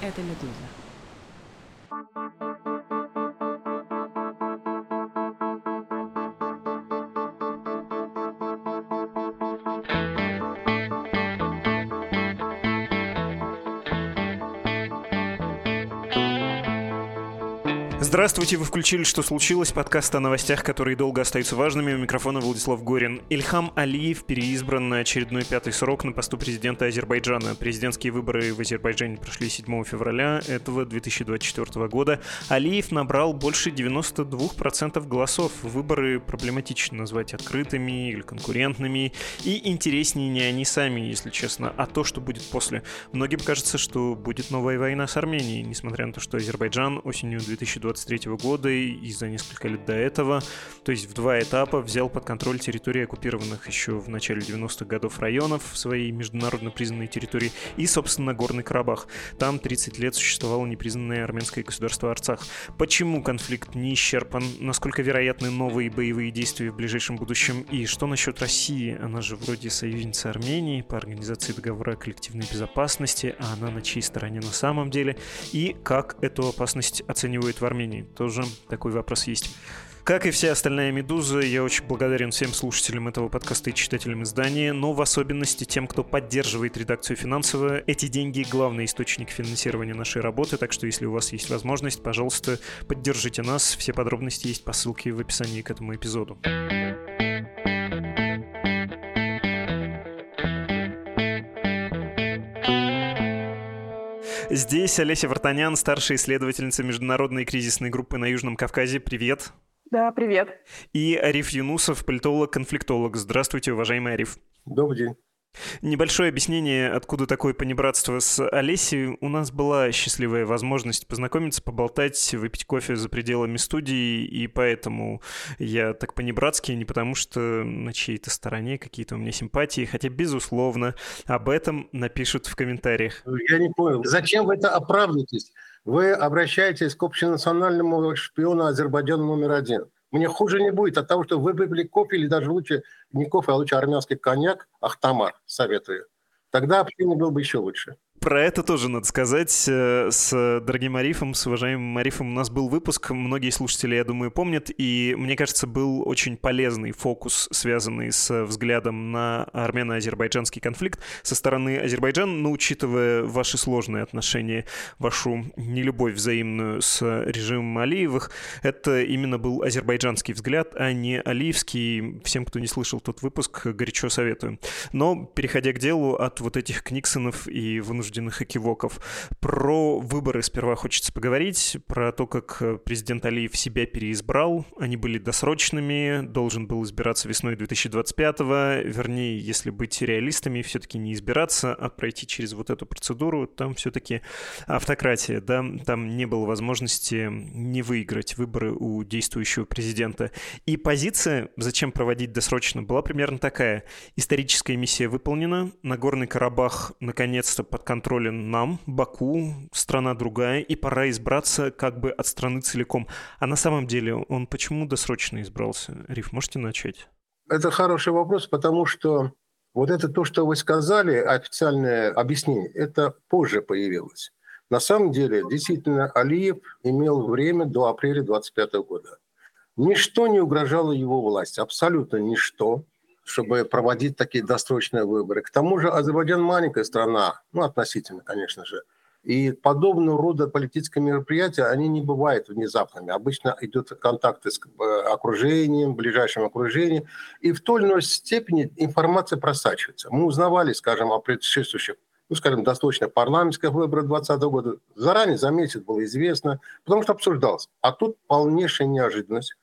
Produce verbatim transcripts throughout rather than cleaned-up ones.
Это «Медуза». Здравствуйте, вы включили «Что случилось?» Подкаст о новостях, которые долго остаются важными. У микрофона Владислав Горин. Ильхам Алиев переизбран на очередной пятый срок на посту президента Азербайджана. Президентские выборы в Азербайджане прошли седьмого февраля этого две тысячи двадцать четвёртого года. Алиев набрал больше девяносто два процента голосов. Выборы проблематично назвать открытыми или конкурентными. И интереснее не они сами, если честно, а то, что будет после. Многим кажется, что будет новая война с Арменией, несмотря на то, что Азербайджан осенью две тысячи двадцать третьего года и за несколько лет до этого, то есть в два этапа, взял под контроль территории оккупированных еще в начале девяностых годов районов своей международно признанной территории и, собственно, Горный Карабах. Там тридцать лет существовало непризнанное армянское государство Арцах. Почему конфликт не исчерпан? Насколько вероятны новые боевые действия в ближайшем будущем? И что насчет России? Она же вроде союзница Армении по организации договора о коллективной безопасности, а она на чьей стороне на самом деле? И как эту опасность оценивают в Армении? Тоже такой вопрос есть. Как и вся остальная «Медуза», я очень благодарен всем слушателям этого подкаста и читателям издания, но в особенности тем, кто поддерживает редакцию финансово. Эти деньги — главный источник финансирования нашей работы, так что если у вас есть возможность, пожалуйста, поддержите нас. Все подробности есть по ссылке в описании к этому эпизоду. Здесь Олеся Вартанян, старшая исследовательница международной кризисной группы на Южном Кавказе. Привет. Да, привет. И Ариф Юнусов, политолог-конфликтолог. Здравствуйте, уважаемый Ариф. Добрый день. Небольшое объяснение, откуда такое понебратство с Олесей. У нас была счастливая возможность познакомиться, поболтать, выпить кофе за пределами студии, и поэтому я так понебратски, не потому что на чьей-то стороне какие-то у меня симпатии, хотя, безусловно, об этом напишут в комментариях. Я не понял, зачем вы это оправдываетесь? Вы обращаетесь к общенациональному шпиону Азербайджана номер один. Мне хуже не будет от того, что вы выпили кофе, или даже лучше не кофе, а лучше армянский коньяк, Ахтамар, советую. Тогда общение было бы еще лучше. Про это тоже надо сказать. С дорогим Арифом, с уважаемым Арифом у нас был выпуск, многие слушатели, я думаю, помнят, и, мне кажется, был очень полезный фокус, связанный с взглядом на армяно-азербайджанский конфликт со стороны Азербайджана, но учитывая ваши сложные отношения, вашу нелюбовь взаимную с режимом Алиевых, это именно был азербайджанский взгляд, а не алиевский. Всем, кто не слышал тот выпуск, горячо советую. Но, переходя к делу, от вот этих книксонов и вынужденных экивоков. Про выборы сперва хочется поговорить, про то, как президент Алиев себя переизбрал. Они были досрочными, должен был избираться весной две тысячи двадцать пятого, вернее, если быть реалистами, все-таки не избираться, а пройти через вот эту процедуру. Там все-таки автократия, да, там не было возможности не выиграть выборы у действующего президента. И позиция, зачем проводить досрочно, была примерно такая. Историческая миссия выполнена, Нагорный Карабах наконец-то под контролем нам, Баку, страна другая, и пора избраться как бы от страны целиком. А на самом деле он почему досрочно избрался? Риф, можете начать? Это хороший вопрос, потому что вот это то, что вы сказали, официальное объяснение, это позже появилось. На самом деле, действительно, Алиев имел время до апреля двадцать пятого года. Ничто не угрожало его власти, абсолютно ничто, чтобы проводить такие досрочные выборы. К тому же Азербайджан маленькая страна, ну, относительно, конечно же. И подобного рода политические мероприятия, они не бывают внезапными. Обычно идут контакты с окружением, ближайшим окружением. И в той или иной степени информация просачивается. Мы узнавали, скажем, о предшествующих, ну, скажем, досрочных парламентских выборах двадцатого года. Заранее, за месяц было известно, потому что обсуждалось. А тут полнейшая неожиданность.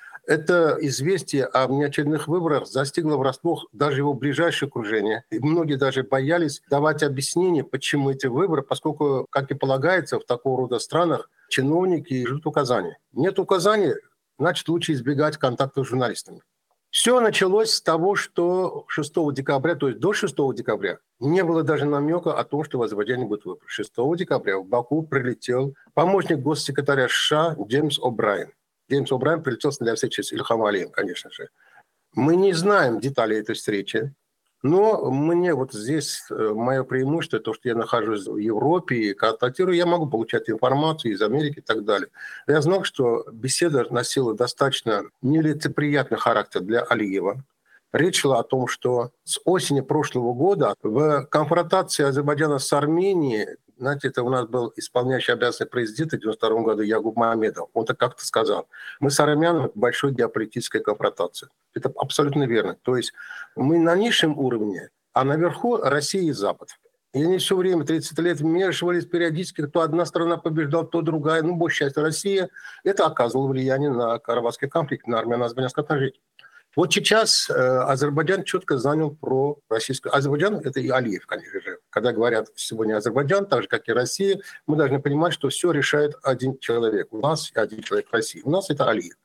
Это известие о внеочередных выборах застигло врасплох даже его ближайшее окружение. И многие даже боялись давать объяснение, почему эти выборы, поскольку, как и полагается, в такого рода странах чиновники ждут указаний. Нет указаний, значит, лучше избегать контактов с журналистами. Все началось с того, что шестого декабря, то есть до шестого декабря, не было даже намека о том, что в Азербайджане будет выбор. шестого декабря в Баку прилетел помощник госсекретаря США Джеймс О'Брайен. Джеймс О'Брайен прилетел для встречи с Ильхамом Алиевым, конечно же. Мы не знаем деталей этой встречи. Но мне вот здесь мое преимущество, то, что я нахожусь в Европе и контактирую, я могу получать информацию из Америки и так далее. Я знал, что беседа носила достаточно нелицеприятный характер для Алиева. Речь шла о том, что с осени прошлого года в конфронтации Азербайджана с Арменией, знаете, это у нас был исполняющий обязанности президента в девяносто втором году Ягуб Мамедов. Он так как-то сказал: мы с армянами в большой геополитической конфронтации. Это абсолютно верно. То есть мы на низшем уровне, а наверху Россия и Запад. И они все время, тридцать лет, вмешивались периодически, то одна страна побеждала, то другая. Ну, большая часть Россия. Это оказывало влияние на Карабахский конфликт, на армяно-азербайджанское отношение. Вот сейчас э, Азербайджан четко занял про российскую. Азербайджан – это и Алиев, конечно же. Когда говорят сегодня Азербайджан, так же, как и Россия, мы должны понимать, что все решает один человек. У нас один человек в России. У нас это Алиев.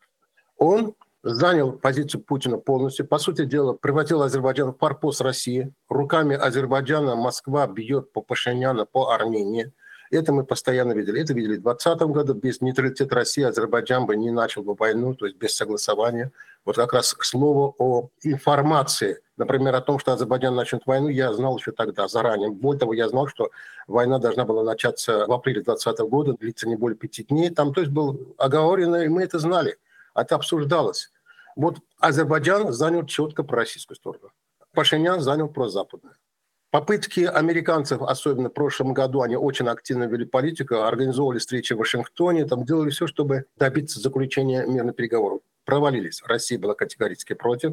Он занял позицию Путина полностью. По сути дела, превратил Азербайджан в форпост России. Руками Азербайджана Москва бьет по Пашиняну, по Армении. Это мы постоянно видели. Это видели в двадцатом году. Без нейтралитета России Азербайджан бы не начал бы войну, то есть без согласования. Вот как раз к слову о информации, например, о том, что Азербайджан начнет войну, я знал еще тогда, заранее. Более того, я знал, что война должна была начаться в апреле двадцатого года, длиться не более пяти дней. Там, то есть, было оговорено, и мы это знали. Это обсуждалось. Вот Азербайджан занял четко пророссийскую сторону. Пашинян занял прозападную. Попытки американцев, особенно в прошлом году, они очень активно вели политику, организовывали встречи в Вашингтоне, там делали все, чтобы добиться заключения мирных переговоров. Провалились. Россия была категорически против.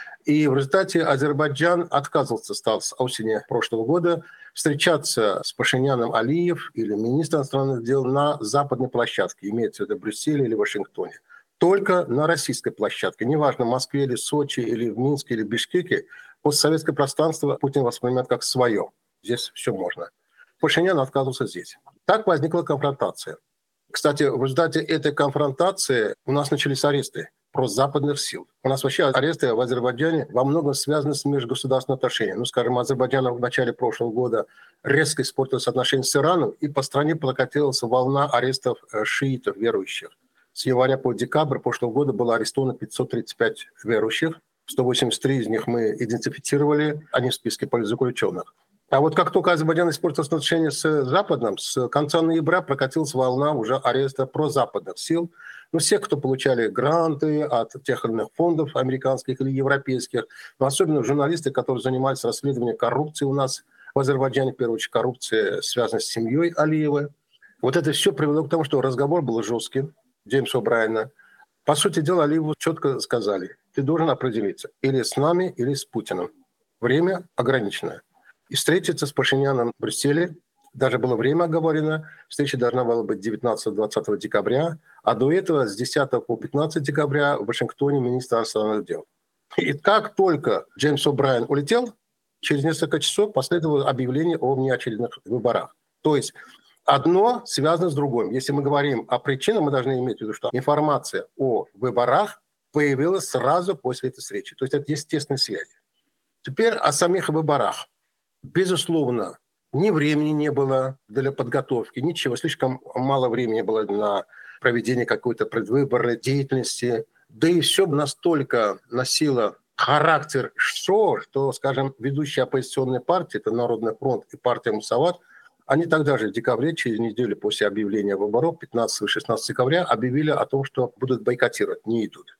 И в результате Азербайджан отказывался, стал с осени прошлого года встречаться с Пашиняном Алиев или министром иностранных дел на западной площадке, имеется в виду в Брюсселе или Вашингтоне. Только на российской площадке, неважно, в Москве или Сочи, или в Минске, или в Бишкеке, постсоветское пространство Путин воспринимает как свое. Здесь все можно. Пашинян отказывался здесь. Так возникла конфронтация. Кстати, в результате этой конфронтации у нас начались аресты прозападных сил. У нас вообще аресты в Азербайджане во многом связаны с межгосударственными отношениями. Ну, скажем, Азербайджан в начале прошлого года резко испортилось отношения с Ираном, и по стране прокатилась волна арестов шиитов, верующих. С января по декабрь прошлого года было арестовано пятьсот тридцать пять верующих. сто восемьдесят три из них мы идентифицировали, они в списке политзаключенных. А вот как только Азербайджан испортил отношения с Западом, с конца ноября прокатилась волна уже ареста прозападных сил. Ну, все, кто получали гранты от тех или иных фондов американских или европейских, но особенно журналисты, которые занимались расследованием коррупции у нас в Азербайджане, в первую очередь коррупция связана с семьей Алиева. Вот это все привело к тому, что разговор был жестким. Джеймса О'Брайена. По сути дела, Алиеву четко сказали: ты должен определиться или с нами, или с Путиным. Время ограничено. И встретиться с Пашиняном в Брюсселе, даже было время оговорено, встреча должна была быть девятнадцатого-двадцатого декабря, а до этого с десятого по пятнадцатого декабря в Вашингтоне министр иностранных дел. И как только Джеймс О'Брайен улетел, через несколько часов последовало объявление о внеочередных выборах. То есть одно связано с другим. Если мы говорим о причинах, мы должны иметь в виду, что информация о выборах появилась сразу после этой встречи. То есть это естественная связь. Теперь о самих выборах. Безусловно, ни времени не было для подготовки, ничего. Слишком мало времени было на проведение какой-то предвыборной деятельности. Да и все настолько носило характер шоу, что, скажем, ведущие оппозиционные партии, это Народный фронт и партия Мусават, они тогда же в декабре, через неделю после объявления выборов, пятнадцатого-шестнадцатого декабря, объявили о том, что будут бойкотировать, не идут.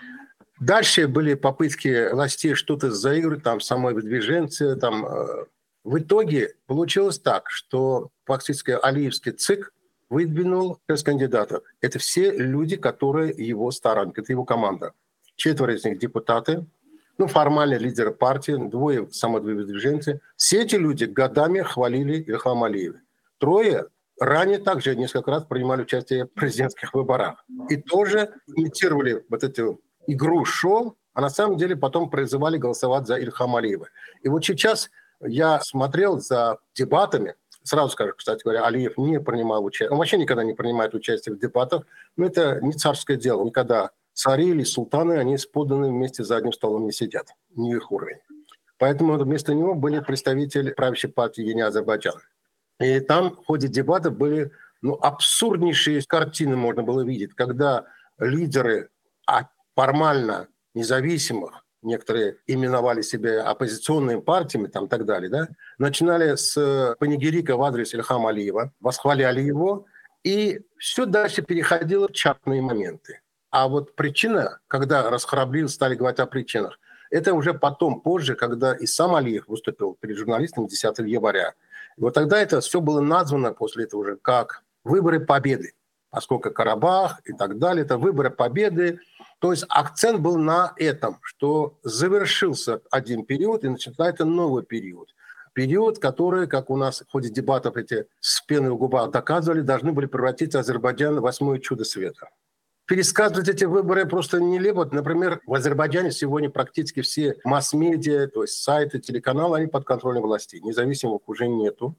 Дальше были попытки властей что-то заигрывать, там, самой выдвиженцы. Там. В итоге получилось так, что фактически Алиевский ЦИК выдвинул шесть кандидатов. Это все люди, которые его сторонники, это его команда. Четверо из них депутаты, ну, формально лидеры партии, двое самовыдвиженцы. Все эти люди годами хвалили Ильхама Алиева. Трое ранее также несколько раз принимали участие в президентских выборах. И тоже имитировали вот эту игру-шоу, а на самом деле потом призывали голосовать за Ильхама Алиева. И вот сейчас я смотрел за дебатами. Сразу скажу, кстати говоря, Алиев не принимал участие. Он вообще никогда не принимает участие в дебатах. Но это не царское дело. Никогда цари или султаны, они с подданными вместе за одним столом не сидят. Не их уровень. Поэтому вместо него были представители правящей партии Ени Азербайджана. И там в ходе дебатов были ну, абсурднейшие картины можно было видеть, когда лидеры формально независимых некоторые именовали себя оппозиционными партиями там, и так далее, да, начинали с панигирика в адрес Ильхама Алиева, восхваляли его, и все дальше переходило в частные моменты. А вот причина, когда расхрабрились, стали говорить о причинах, это уже потом, позже, когда и сам Алиев выступил перед журналистами десятого января. И вот тогда это все было названо после этого уже как выборы победы, поскольку Карабах и так далее, это выборы победы. То есть акцент был на этом, что завершился один период и начинается новый период. Период, который, как у нас в ходе дебатов эти с пеной у губах доказывали, должны были превратить Азербайджан в восьмое чудо света. Пересказывать эти выборы просто нелепо. Например, в Азербайджане сегодня практически все масс-медиа, то есть сайты, телеканалы, они под контролем властей. Независимых уже нету.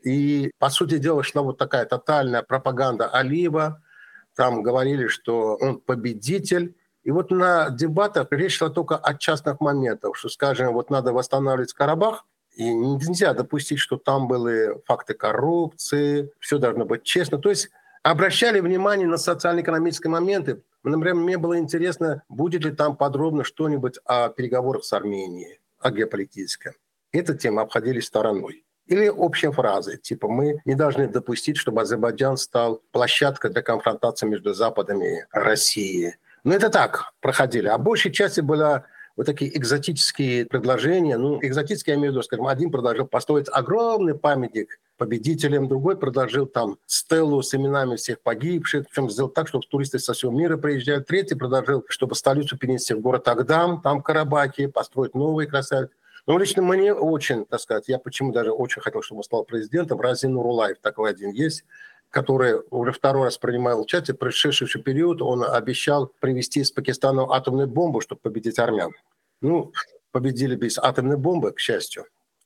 И, по сути дела, шла вот такая тотальная пропаганда Алиева. Там говорили, что он победитель. И вот на дебатах речь шла только о частных моментах, что, скажем, вот надо восстанавливать Карабах, и нельзя допустить, что там были факты коррупции, все должно быть честно. То есть обращали внимание на социально-экономические моменты. Например, мне было интересно, будет ли там подробно что-нибудь о переговорах с Арменией, о геополитическом. Эту тему обходили стороной. Или общие фразы, типа «мы не должны допустить, чтобы Азербайджан стал площадкой для конфронтации между Западом и Россией». Ну, это так проходили. А большей части была вот такие экзотические предложения. Ну, экзотические, я имею в виду, скажем, один предложил построить огромный памятник победителям, другой предложил там стелу с именами всех погибших, причем сделать так, чтобы туристы со всего мира приезжали. Третий предложил, чтобы столицу перенести в город Агдам, там в Карабахе, построить новый красавец. Ну, лично мне очень, так сказать, я почему даже очень хотел, чтобы он стал президентом, Разин Нурулаев, такой один есть, который уже второй раз принимал участие, в предшествующий период он обещал привезти из Пакистана атомную бомбу, чтобы победить армян. Ну, победили без атомной бомбы, к счастью.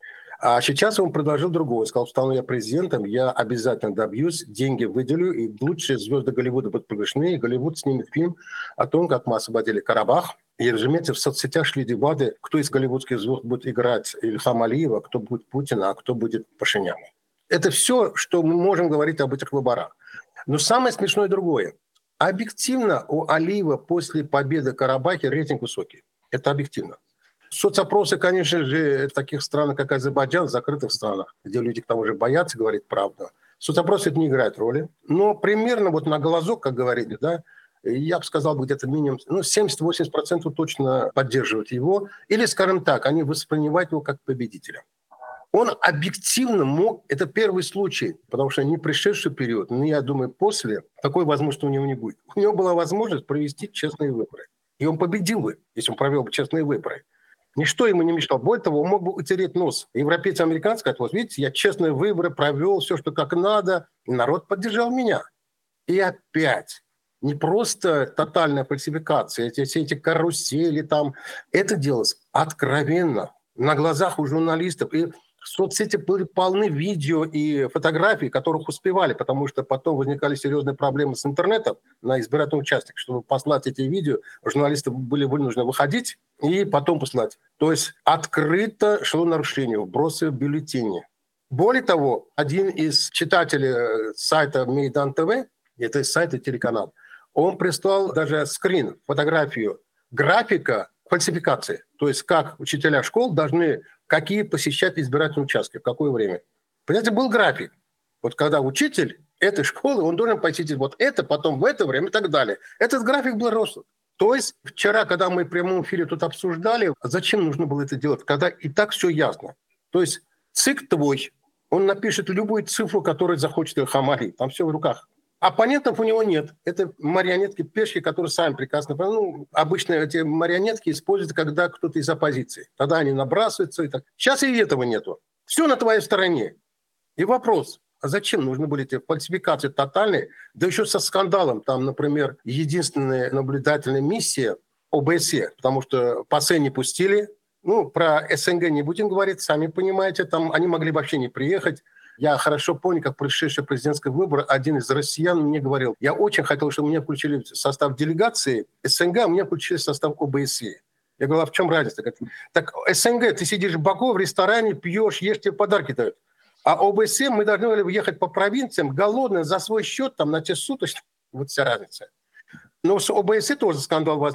А сейчас он предложил другое. Сказал, стану я президентом, я обязательно добьюсь, деньги выделю, и лучшие звезды Голливуда будут приглашены, и Голливуд снимет фильм о том, как мы освободили Карабах. И, разумеется, в соцсетях шли дебаты, кто из голливудских звезд будет играть Ильхама Алиева, кто будет Путина, а кто будет Пашинян. Это все, что мы можем говорить об этих выборах. Но самое смешное другое. Объективно у Алиева после победы в Карабахе рейтинг высокий. Это объективно. Соцопросы, конечно же, в таких странах, как Азербайджан, в закрытых странах, где люди к тому же боятся говорить правду, соцопросы это не играет роли. Но примерно вот на глазок, как говорили, да, я бы сказал, где-то минимум ну, семьдесят-восемьдесят процентов точно поддерживают его. Или, скажем так, они воспринимают его как победителя. Он объективно мог, это первый случай, потому что не пришедший период, но я думаю, после такой возможности у него не будет. У него была возможность провести честные выборы. И он победил бы, если он провел бы честные выборы. Ничто ему не мешало. Более того, он мог бы утереть нос европейцы, американцы, сказать, вот видите, я честные выборы провел, все, что как надо, и народ поддержал меня. И опять, не просто тотальная фальсификация, эти, все эти карусели там, это делалось откровенно, на глазах у журналистов. И соцсети были полны видео и фотографий, которых успевали, потому что потом возникали серьезные проблемы с интернетом на избирательных участках. Чтобы послать эти видео, журналисты были вынуждены выходить и потом послать. То есть открыто шло нарушение, вбросы в бюллетени. Более того, один из читателей сайта Мейдан ТВ, это сайт и телеканал, он прислал даже скрин, фотографию графика фальсификации. То есть как учителя школ должны какие посещать избирательные участки, в какое время. Понимаете, был график. Вот когда учитель этой школы, он должен посетить вот это, потом в это время и так далее. Этот график был рост. То есть вчера, когда мы в прямом эфире тут обсуждали, зачем нужно было это делать, когда и так все ясно. То есть ЦИК твой, он напишет любую цифру, которую захочет Ильхам Алиев. Там все в руках. Оппонентов у него нет. Это марионетки, пешки, которые сами прекрасно понимают. Ну, обычно эти марионетки используют, когда кто-то из оппозиции. Тогда они набрасываются. И так. Сейчас и этого нету. Все на твоей стороне. И вопрос, а зачем нужны были эти фальсификации тотальные? Да еще со скандалом. Там, например, единственная наблюдательная миссия ОБСЕ, потому что ПАСЕ не пустили. Ну, про СНГ не будем говорить, сами понимаете. Там они могли вообще не приехать. Я хорошо помню, как предшествующий президентский выбор, один из россиян мне говорил, я очень хотел, чтобы меня включили в состав делегации СНГ, а меня включили в состав ОБСЕ. Я говорю, а в чем разница? Так СНГ, ты сидишь в Баку, в ресторане, пьешь, ешь, тебе подарки дают. А ОБСЕ мы должны были ехать по провинциям, голодные, за свой счет, там, на те суточные. Вот вся разница. Но с ОБСЕ тоже скандал возник.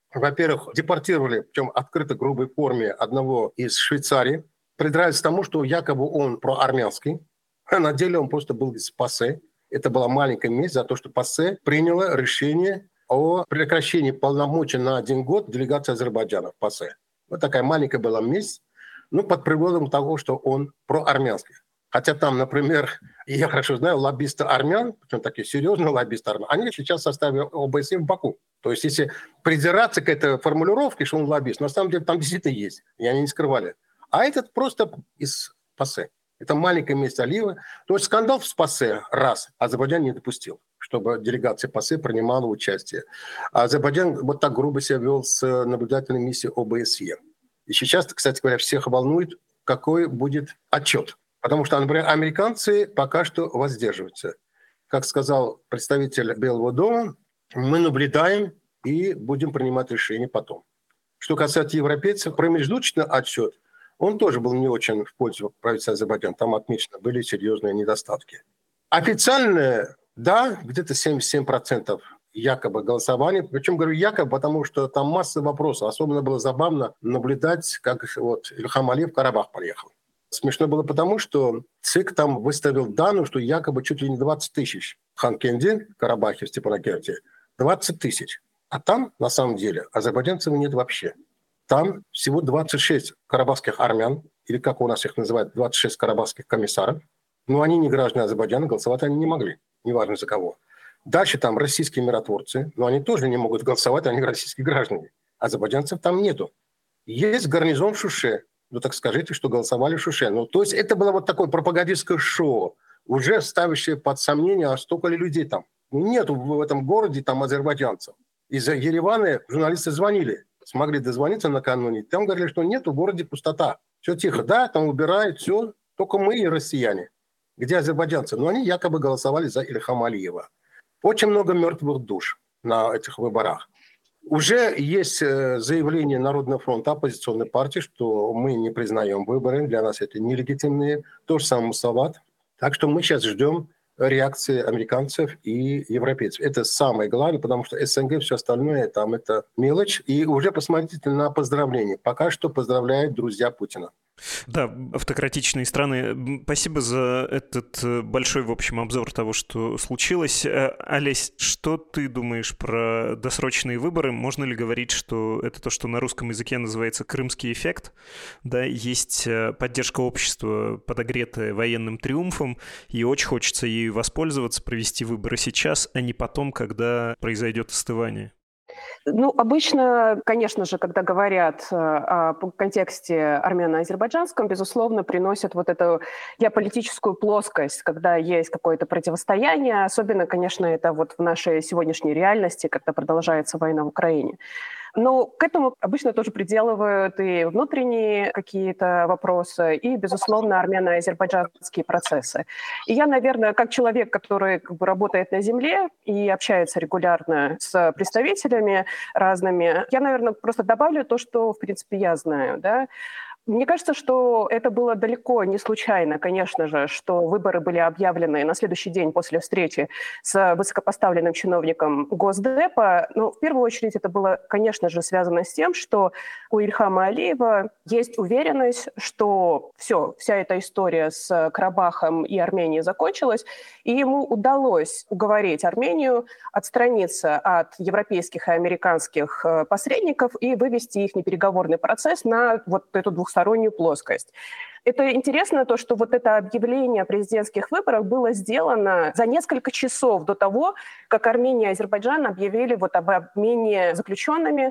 Во-первых, депортировали, причем открыто грубой форме, одного из Швейцарии, придрались к тому, что якобы он проармянский, а на деле он просто был из ПАСЕ. Это была маленькая месть за то, что ПАСЕ приняло решение о прекращении полномочий на один год делегации Азербайджана в ПАСЕ. Вот такая маленькая была месть, ну, под предлогом того, что он проармянский. Хотя там, например, я хорошо знаю, лоббисты армян, причем такие серьезные лоббисты армян, они сейчас в составе ОБСЕ в Баку. То есть если придираться к этой формулировке, что он лоббист, на самом деле там действительно есть, и они не скрывали. А этот просто из ПАСЕ. Это маленькая месть Алиева. То есть скандал в ПАСЕ раз Азербайджан не допустил, чтобы делегация ПАСЕ принимала участие. А Азербайджан вот так грубо себя вел с наблюдательной миссией ОБСЕ. И сейчас, кстати говоря, всех волнует, какой будет отчет. Потому что, например, американцы пока что воздерживаются. Как сказал представитель Белого дома, мы наблюдаем и будем принимать решения потом. Что касается европейцев, промежуточный отчет, он тоже был не очень в пользу правительства Азербайджана. Там отмечено, были серьезные недостатки. Официально, да, где-то семьдесят семь процентов якобы голосования. Причем говорю якобы, потому что там масса вопросов. Особенно было забавно наблюдать, как вот Ильхам Алиев в Карабах поехал. Смешно было потому, что ЦИК там выставил данные, что якобы чуть ли не двадцать тысяч в Ханкенде, Карабахе, в Степанакерте, двадцать тысяч. А там, на самом деле, азербайджанцев нет вообще. Там всего двадцать шесть карабахских армян, или как у нас их называют, двадцать шесть карабахских комиссаров. Но они не граждане Азербайджана, голосовать они не могли, неважно за кого. Дальше там российские миротворцы, но они тоже не могут голосовать, они российские граждане. Азербайджанцев там нету. Есть гарнизон в Шуше. Ну так скажите, что голосовали в Шуше. Ну, то есть это было вот такое пропагандистское шоу, уже ставящее под сомнение, а столько ли людей там. Ну, нету в этом городе там азербайджанцев. Из Еревана журналисты звонили, смогли дозвониться накануне. Там говорили, что нет, в городе пустота. Все тихо, да, там убирают, все. Только мы и россияне. Где азербайджанцы? Но они якобы голосовали за Ильхама Алиева. Очень много мертвых душ на этих выборах. Уже есть заявление Народного фронта, оппозиционной партии, что мы не признаем выборы, для нас это нелегитимные. То же самое Мусават. Так что мы сейчас ждем реакции американцев и европейцев. Это самое главное, потому что СНГ, все остальное, там это мелочь. И уже посмотрите на поздравления. Пока что поздравляют друзья Путина. Да, автократичные страны. Спасибо за этот большой, в общем, обзор того, что случилось. Олесь, что ты думаешь про досрочные выборы? Можно ли говорить, что это то, что на русском языке называется крымский эффект? Да, есть поддержка общества, подогретая военным триумфом, и очень хочется ею воспользоваться, провести выборы сейчас, а не потом, когда произойдет остывание. Ну, обычно, конечно же, когда говорят о контексте армяно-азербайджанском, безусловно, приносят вот эту геополитическую плоскость, когда есть какое-то противостояние. Особенно, конечно, это вот в нашей сегодняшней реальности, когда продолжается война в Украине. Но к этому обычно тоже приделывают и внутренние какие-то вопросы, и, безусловно, армяно-азербайджанские процессы. И я, наверное, как человек, который как бы работает на земле и общается регулярно с представителями разными, я, наверное, просто добавлю то, что, в принципе, я знаю, да. Мне кажется, что это было далеко не случайно, конечно же, что выборы были объявлены на следующий день после встречи с высокопоставленным чиновником Госдепа. Но в первую очередь это было, конечно же, связано с тем, что у Ильхама Алиева есть уверенность, что все, вся эта история с Карабахом и Арменией закончилась, и ему удалось уговорить Армению отстраниться от европейских и американских посредников и вывести их переговорный процесс на вот эту двухстороннюю двустороннюю плоскость. Это интересно то, что вот это объявление о президентских выборах было сделано за несколько часов до того, как Армения и Азербайджан объявили вот об обмене заключенными.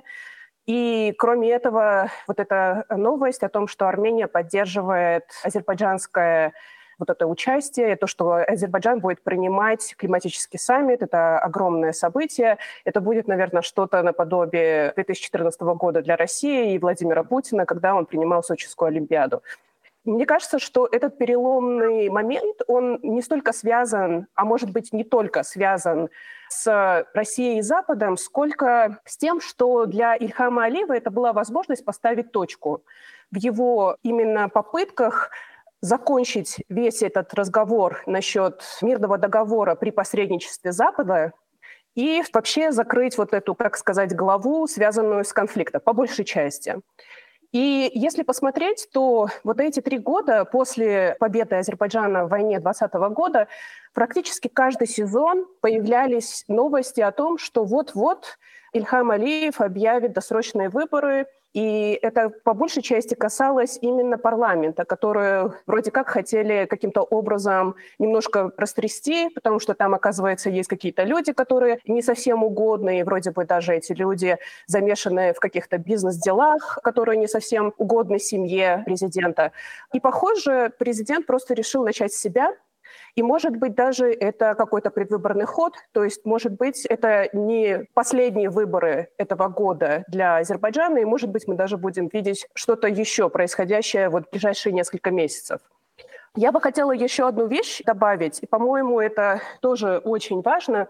И кроме этого, вот эта новость о том, что Армения поддерживает азербайджанское вот это участие, то, что Азербайджан будет принимать климатический саммит, это огромное событие. Это будет, наверное, что-то наподобие две тысячи четырнадцатого года для России и Владимира Путина, когда он принимал Сочинскую Олимпиаду. Мне кажется, что этот переломный момент, он не столько связан, а может быть не только связан с Россией и Западом, сколько с тем, что для Ильхама Алиева это была возможность поставить точку в его именно попытках закончить весь этот разговор насчет мирного договора при посредничестве Запада и вообще закрыть вот эту, как сказать, главу, связанную с конфликтом, по большей части. И если посмотреть, то вот эти три года после победы Азербайджана в войне двадцатого года практически каждый сезон появлялись новости о том, что вот-вот Ильхам Алиев объявит досрочные выборы, и это по большей части касалось именно парламента, который вроде как хотели каким-то образом немножко растрясти, потому что там, оказывается, есть какие-то люди, которые не совсем угодны, и вроде бы даже эти люди замешаны в каких-то бизнес-делах, которые не совсем угодны семье президента. И, похоже, президент просто решил начать с себя. И, может быть, даже это какой-то предвыборный ход, то есть, может быть, это не последние выборы этого года для Азербайджана, и, может быть, мы даже будем видеть что-то еще происходящее вот в ближайшие несколько месяцев. Я бы хотела еще одну вещь добавить, и, по-моему, это тоже очень важно.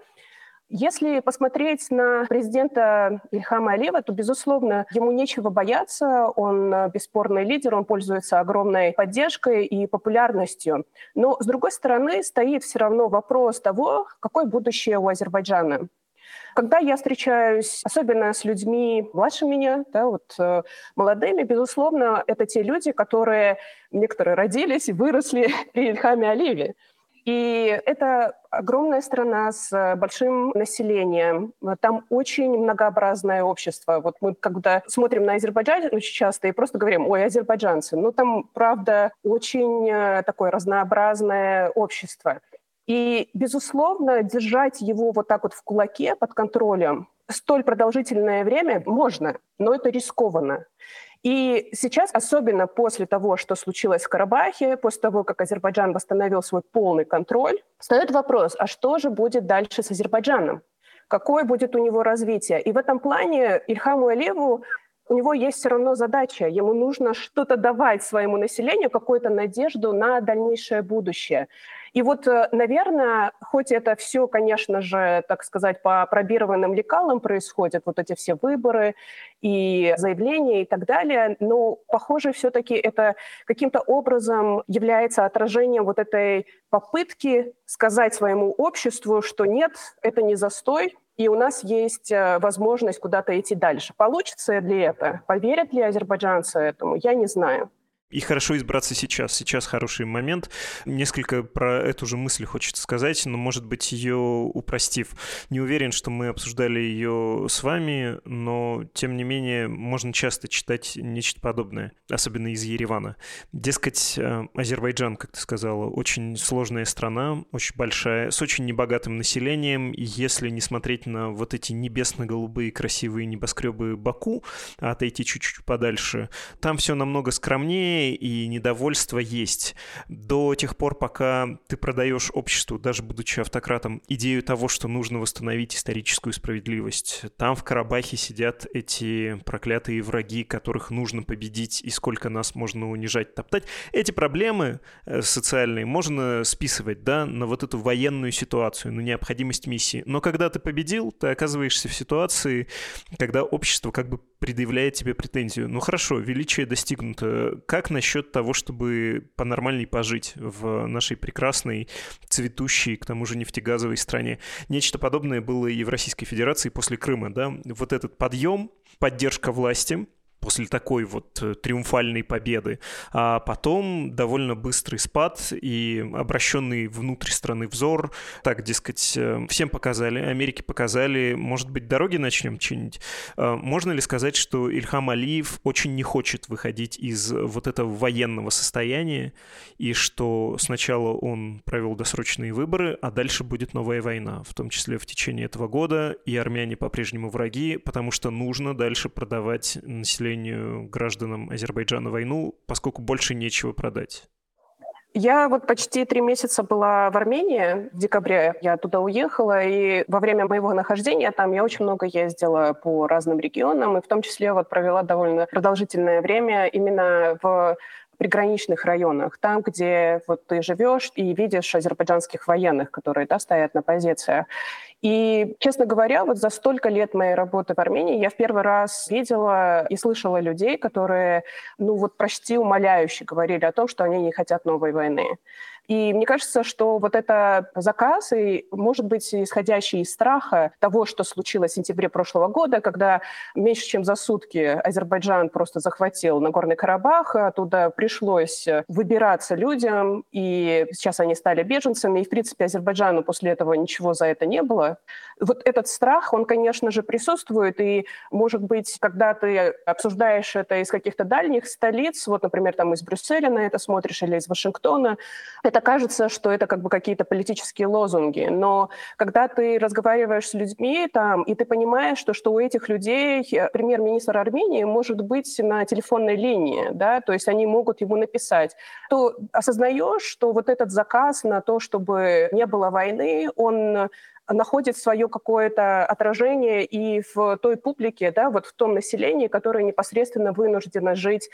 Если посмотреть на президента Ильхама Алиева, то, безусловно, ему нечего бояться. Он бесспорный лидер, он пользуется огромной поддержкой и популярностью. Но, с другой стороны, стоит все равно вопрос того, какое будущее у Азербайджана. Когда я встречаюсь, особенно с людьми младше меня, да, вот, э, молодыми, безусловно, это те люди, которые, некоторые родились и выросли при Ильхаме Алиеве. И это огромная страна с большим населением. Там очень многообразное общество. Вот мы когда смотрим на Азербайджан очень часто и просто говорим: ой, азербайджанцы. Ну, там, правда, очень такое разнообразное общество. И, безусловно, держать его вот так вот в кулаке под контролем столь продолжительное время можно, но это рискованно. И сейчас, особенно после того, что случилось в Карабахе, после того, как Азербайджан восстановил свой полный контроль, встает вопрос, а что же будет дальше с Азербайджаном? Какое будет у него развитие? И в этом плане Ильхаму Алиеву, у него есть все равно задача. Ему нужно что-то давать своему населению, какую-то надежду на дальнейшее будущее. И вот, наверное, хоть это все, конечно же, так сказать, по пробированным лекалам происходит, вот эти все выборы и заявления и так далее, но, похоже, все-таки это каким-то образом является отражением вот этой попытки сказать своему обществу, что нет, это не застой, и у нас есть возможность куда-то идти дальше. Получится ли это? Поверят ли азербайджанцы этому? Я не знаю. И хорошо избраться сейчас. Сейчас хороший момент. Несколько про эту же мысль хочется сказать, но, может быть, ее упростив. Не уверен, что мы обсуждали ее с вами, но, тем не менее, можно часто читать нечто подобное, особенно из Еревана. Дескать, Азербайджан, как ты сказала, очень сложная страна, очень большая, с очень небогатым населением, и если не смотреть на вот эти небесно-голубые красивые небоскребы Баку, а отойти чуть-чуть подальше, там все намного скромнее, и недовольство есть. До тех пор, пока ты продаешь обществу, даже будучи автократом, идею того, что нужно восстановить историческую справедливость. Там в Карабахе сидят эти проклятые враги, которых нужно победить, и сколько нас можно унижать, топтать. Эти проблемы социальные можно списывать, да, на вот эту военную ситуацию, на необходимость миссии. Но когда ты победил, ты оказываешься в ситуации, когда общество как бы предъявляет тебе претензию. Ну хорошо, величие достигнуто. Как насчет того, чтобы понормальней пожить в нашей прекрасной, цветущей, к тому же нефтегазовой стране? Нечто подобное было и в Российской Федерации после Крыма, да? Вот этот подъем, поддержка власти после такой вот триумфальной победы, а потом довольно быстрый спад и обращенный внутрь страны взор. Так, дескать, всем показали, Америке показали, может быть, дороги начнем чинить. Можно ли сказать, что Ильхам Алиев очень не хочет выходить из вот этого военного состояния, и что сначала он провел досрочные выборы, а дальше будет новая война, в том числе в течение этого года, и армяне по-прежнему враги, потому что нужно дальше продавать населению, гражданам Азербайджана войну, поскольку больше нечего продать? Я вот почти три месяца была в Армении, в декабре я туда уехала, и во время моего нахождения там я очень много ездила по разным регионам, и в том числе вот провела довольно продолжительное время именно в приграничных районах, там, где вот ты живешь и видишь азербайджанских военных, которые, да, стоят на позициях. И, честно говоря, вот за столько лет моей работы в Армении я в первый раз видела и слышала людей, которые, ну вот почти умоляюще говорили о том, что они не хотят новой войны. И мне кажется, что вот это заказ, и, может быть, исходящий из страха того, что случилось в сентябре прошлого года, когда меньше чем за сутки Азербайджан просто захватил Нагорный Карабах, оттуда пришлось выбираться людям, и сейчас они стали беженцами, и, в принципе, Азербайджану после этого ничего за это не было. Вот этот страх, он, конечно же, присутствует, и, может быть, когда ты обсуждаешь это из каких-то дальних столиц, вот, например, там из Брюсселя на это смотришь или из Вашингтона, это кажется, что это как бы какие-то политические лозунги. Но когда ты разговариваешь с людьми там, и ты понимаешь, что, что у этих людей премьер-министр Армении может быть на телефонной линии, да, то есть они могут ему написать, то осознаешь, что вот этот заказ на то, чтобы не было войны, он находит свое какое-то отражение и в той публике, да, вот в том населении, которое непосредственно вынуждено жить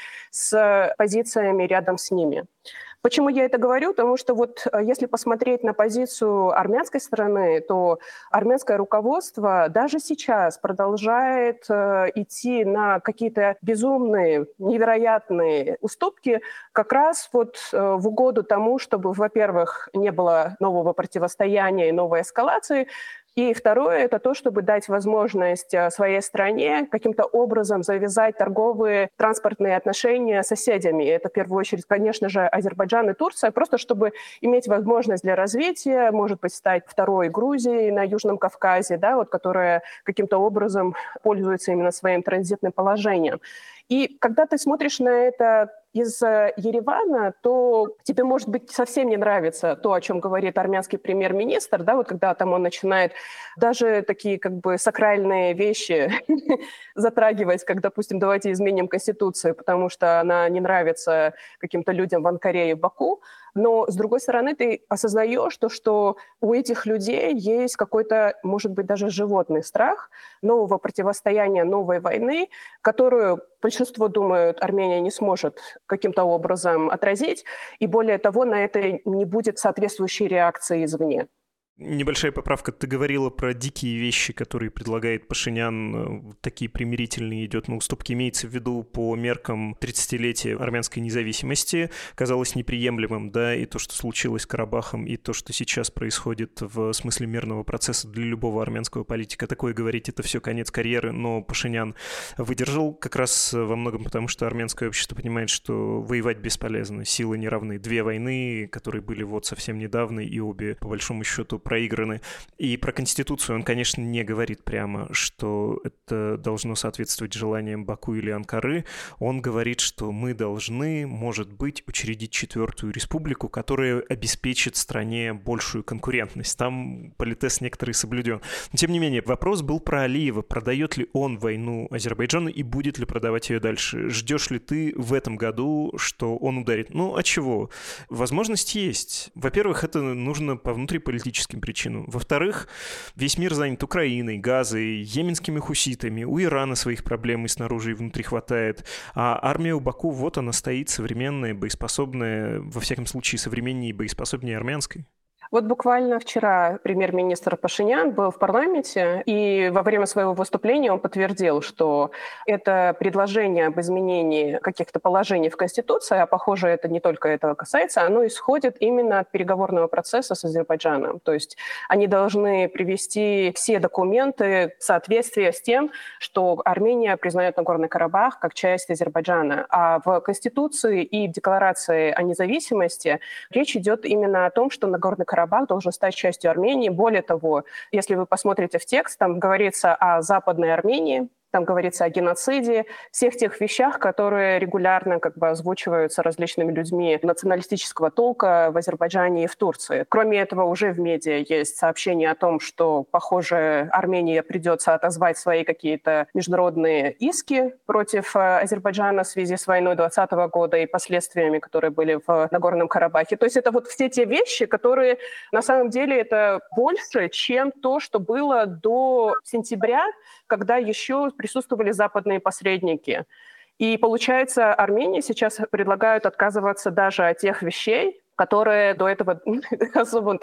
с позициями рядом с ними. Почему я это говорю? Потому что вот если посмотреть на позицию армянской стороны, то армянское руководство даже сейчас продолжает э, идти на какие-то безумные, невероятные уступки как раз вот э, в угоду тому, чтобы, во-первых, не было нового противостояния и новой эскалации, и второе – это то, чтобы дать возможность своей стране каким-то образом завязать торговые, транспортные отношения с соседями. Это в первую очередь, конечно же, Азербайджан и Турция, просто чтобы иметь возможность для развития, может быть, стать второй Грузией на Южном Кавказе, да, вот, которая каким-то образом пользуется именно своим транзитным положением. И когда ты смотришь на это из Еревана, то тебе, может быть, совсем не нравится то, о чем говорит армянский премьер-министр, да, вот когда там он начинает даже такие как бы сакральные вещи затрагивать, как, допустим, давайте изменим Конституцию, потому что она не нравится каким-то людям в Анкаре и Баку. Но, с другой стороны, ты осознаешь, то, что у этих людей есть какой-то, может быть, даже животный страх нового противостояния, новой войны, которую большинство думают, Армения не сможет каким-то образом отразить, и более того, на это не будет соответствующей реакции извне. Небольшая поправка. Ты говорила про дикие вещи, которые предлагает Пашинян, такие примирительные, идет на уступки. Имеется в виду по меркам тридцатилетия армянской независимости. Казалось неприемлемым, да, и то, что случилось с Карабахом, и то, что сейчас происходит в смысле мирного процесса для любого армянского политика. Такое говорить, это все конец карьеры, но Пашинян выдержал как раз во многом потому, что армянское общество понимает, что воевать бесполезно. Силы не равны. Две войны, которые были вот совсем недавно, и обе, по большому счету, проиграны. И про Конституцию он, конечно, не говорит прямо, что это должно соответствовать желаниям Баку или Анкары. Он говорит, что мы должны, может быть, учредить четвертую республику, которая обеспечит стране большую конкурентность. Там политез некоторый соблюден. Но, тем не менее, вопрос был про Алиева. Продает ли он войну Азербайджану и будет ли продавать ее дальше? Ждешь ли ты в этом году, что он ударит? Ну, а чего? Возможность есть. Во-первых, это нужно по внутриполитическим причинам. Во-вторых, весь мир занят Украиной, Газой, йеменскими хуситами. У Ирана своих проблем и снаружи, и внутри хватает. А армия у Баку, вот она стоит, современная, боеспособная, во всяком случае, современнее и боеспособнее армянской. Вот буквально вчера премьер-министр Пашинян был в парламенте, и во время своего выступления он подтвердил, что это предложение об изменении каких-то положений в Конституции, а похоже, это не только этого касается, оно исходит именно от переговорного процесса с Азербайджаном. То есть они должны привести все документы в соответствие с тем, что Армения признает Нагорный Карабах как часть Азербайджана. А в Конституции и в Декларации о независимости речь идет именно о том, что Нагорный Карабах Карабах должен стать частью Армении. Более того, если вы посмотрите в текст, там говорится о Западной Армении, там говорится о геноциде, всех тех вещах, которые регулярно как бы озвучиваются различными людьми националистического толка в Азербайджане и в Турции. Кроме этого, уже в медиа есть сообщение о том, что, похоже, Армении придется отозвать свои какие-то международные иски против Азербайджана в связи с войной двадцатого года и последствиями, которые были в Нагорном Карабахе. То есть это вот все те вещи, которые на самом деле это больше, чем то, что было до сентября, когда еще присутствовали западные посредники. И получается, Армении сейчас предлагают отказываться даже от тех вещей, которые до этого особо там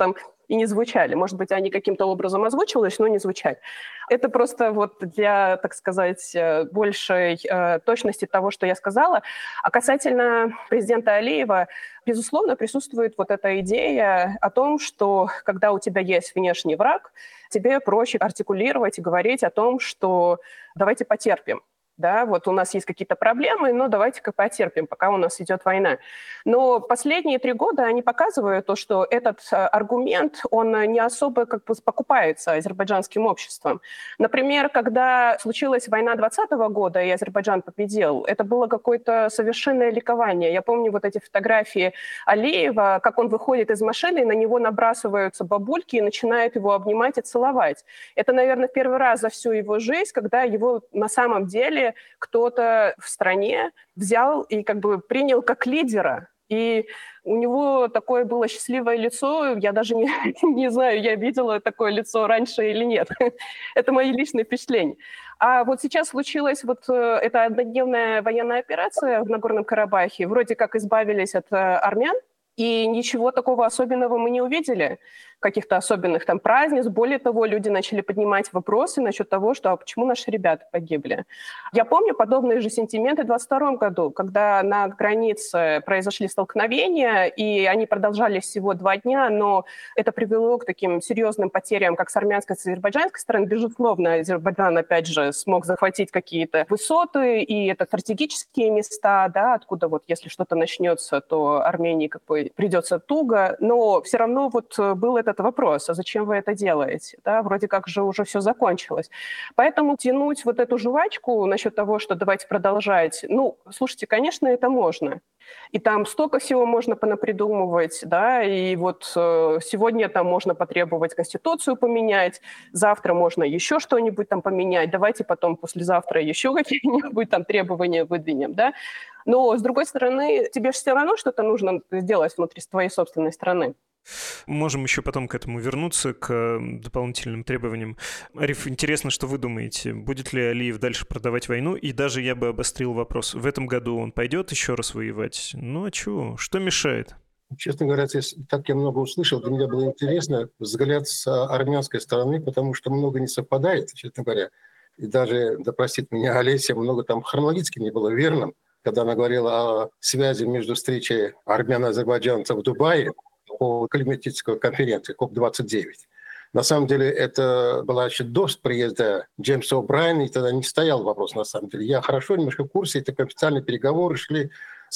и не звучали. Может быть, они каким-то образом озвучивались, но не звучали. Это просто вот для, так сказать, большей э, точности того, что я сказала. А касательно президента Алиева, безусловно, присутствует вот эта идея о том, что когда у тебя есть внешний враг, тебе проще артикулировать и говорить о том, что давайте потерпим. Да, вот у нас есть какие-то проблемы, но давайте-ка потерпим, пока у нас идет война. Но последние три года они показывают то, что этот аргумент, он не особо как бы покупается азербайджанским обществом. Например, когда случилась война двадцатого года, и Азербайджан победил, это было какое-то совершенное ликование. Я помню вот эти фотографии Алиева, как он выходит из машины, и на него набрасываются бабульки и начинают его обнимать и целовать. Это, наверное, первый раз за всю его жизнь, когда его на самом деле кто-то в стране взял и как бы принял как лидера. И у него такое было счастливое лицо. Я даже не, не знаю, я видела такое лицо раньше или нет. Это мои личные впечатления. А вот сейчас случилась вот эта однодневная военная операция в Нагорном Карабахе. Вроде как избавились от армян, и ничего такого особенного мы не увидели, каких-то особенных там праздниц. Более того, люди начали поднимать вопросы насчет того, что а почему наши ребята погибли. Я помню подобные же сентименты в двадцать втором году, когда на границе произошли столкновения, и они продолжались всего два дня, но это привело к таким серьезным потерям как с армянской, с азербайджанской стороны. Безусловно, Азербайджан, опять же, смог захватить какие-то высоты, и это стратегические места, да, откуда вот если что-то начнется, то Армении как бы придется туго, но все равно вот был этот вопрос, а зачем вы это делаете? Да, вроде как же уже все закончилось. Поэтому тянуть вот эту жвачку насчет того, что давайте продолжать, ну, слушайте, конечно, это можно. И там столько всего можно понапридумывать, да, и вот э, сегодня там можно потребовать Конституцию поменять, завтра можно еще что-нибудь там поменять, давайте потом послезавтра еще какие-нибудь там требования выдвинем, да. Но, с другой стороны, тебе же все равно что-то нужно сделать внутри твоей собственной страны. Можем еще потом к этому вернуться, к дополнительным требованиям. Ариф, интересно, что вы думаете, будет ли Алиев дальше продавать войну? И даже я бы обострил вопрос. В этом году он пойдет еще раз воевать? Ну а чего? Что мешает? Честно говоря, здесь так я много услышал, для меня было интересно взгляд с армянской стороны, потому что много не совпадает, честно говоря. И даже, да простит меня Олеся, много там хронологически не было верным, когда она говорила о связи между встречей армян и азербайджанцев в Дубае по климатической конференции коп двадцать девять. На самом деле это была еще до приезда Джеймса О'Брайена, и тогда не стоял вопрос на самом деле. Я хорошо немножко в курсе, так официальные переговоры шли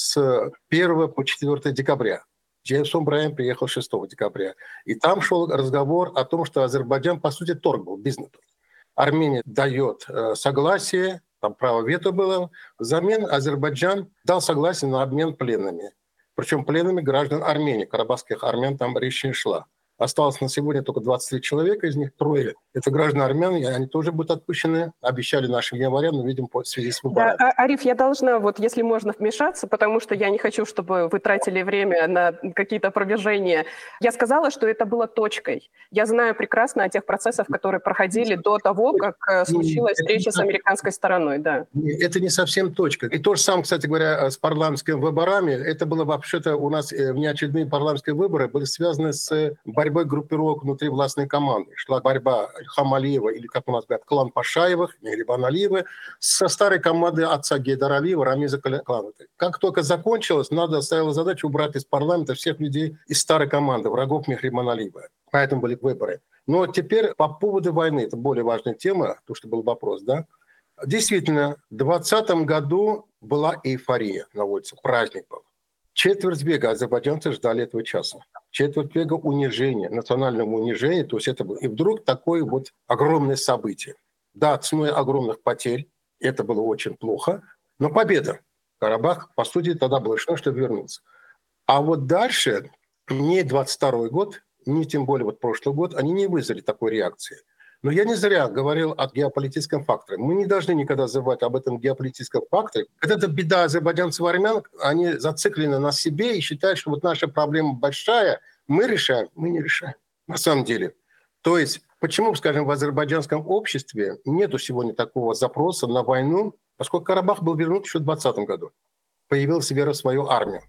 с первого по четвёртое декабря. Джеймс О'Брайен приехал шестого декабря. И там шел разговор о том, что Азербайджан, по сути, торг был, бизнес. Армения дает согласие, там право вето было. Взамен Азербайджан дал согласие на обмен пленными. Причем пленными граждан Армении. Карабахских армян там речь не шла. Осталось на сегодня только двадцать три человека, из них трое. Это граждане армян, и они тоже будут отпущены. Обещали нашим январям, но, видимо, в связи с выборами. Да, Ариф, я должна, вот если можно, вмешаться, потому что я не хочу, чтобы вы тратили время на какие-то опровержения. Я сказала, что это было точкой. Я знаю прекрасно о тех процессах, которые проходили до того, как случилась встреча с американской стороной. Да. Это не совсем точка. И то же самое, кстати говоря, с парламентскими выборами. Это было вообще-то у нас внеочередные парламентские выборы были связаны с борьбой группировок внутри властной команды. Шла борьба Ильхама Алиева, или, как у нас говорят, клан Пашаевых, Мехрибан Алиева, со старой командой отца Гейдара Алиева, Рамиза Калановой. Как только закончилось, надо ставила задачу убрать из парламента всех людей из старой команды, врагов Мехрибана Алиева. Поэтому были выборы. Но теперь по поводу войны, это более важная тема, то, что был вопрос, да. Действительно, в двадцатом году была эйфория на улице, праздник был. Четверть века азербайджанцы ждали этого часа. Четверть века унижения, национального унижения. То есть это было. И вдруг такое вот огромное событие. Да, ценой огромных потерь. Это было очень плохо. Но победа. Карабах, по сути, тогда было решено, чтобы вернуться. А вот дальше, не двадцать второй год, не тем более вот прошлый год, они не вызвали такой реакции. Но я не зря говорил о геополитическом факторе. Мы не должны никогда забывать об этом геополитическом факторе. Это беда азербайджанцев и армян. Они зациклены на себе и считают, что вот наша проблема большая, мы решаем, мы не решаем. На самом деле. То есть, почему, скажем, в азербайджанском обществе нету сегодня такого запроса на войну, поскольку Карабах был вернут еще в двадцатом году. Появилась вера в свою армию.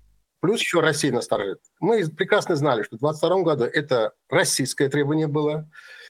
Плюс еще Россия насторожит. Мы прекрасно знали, что в двадцать втором году это российское требование было.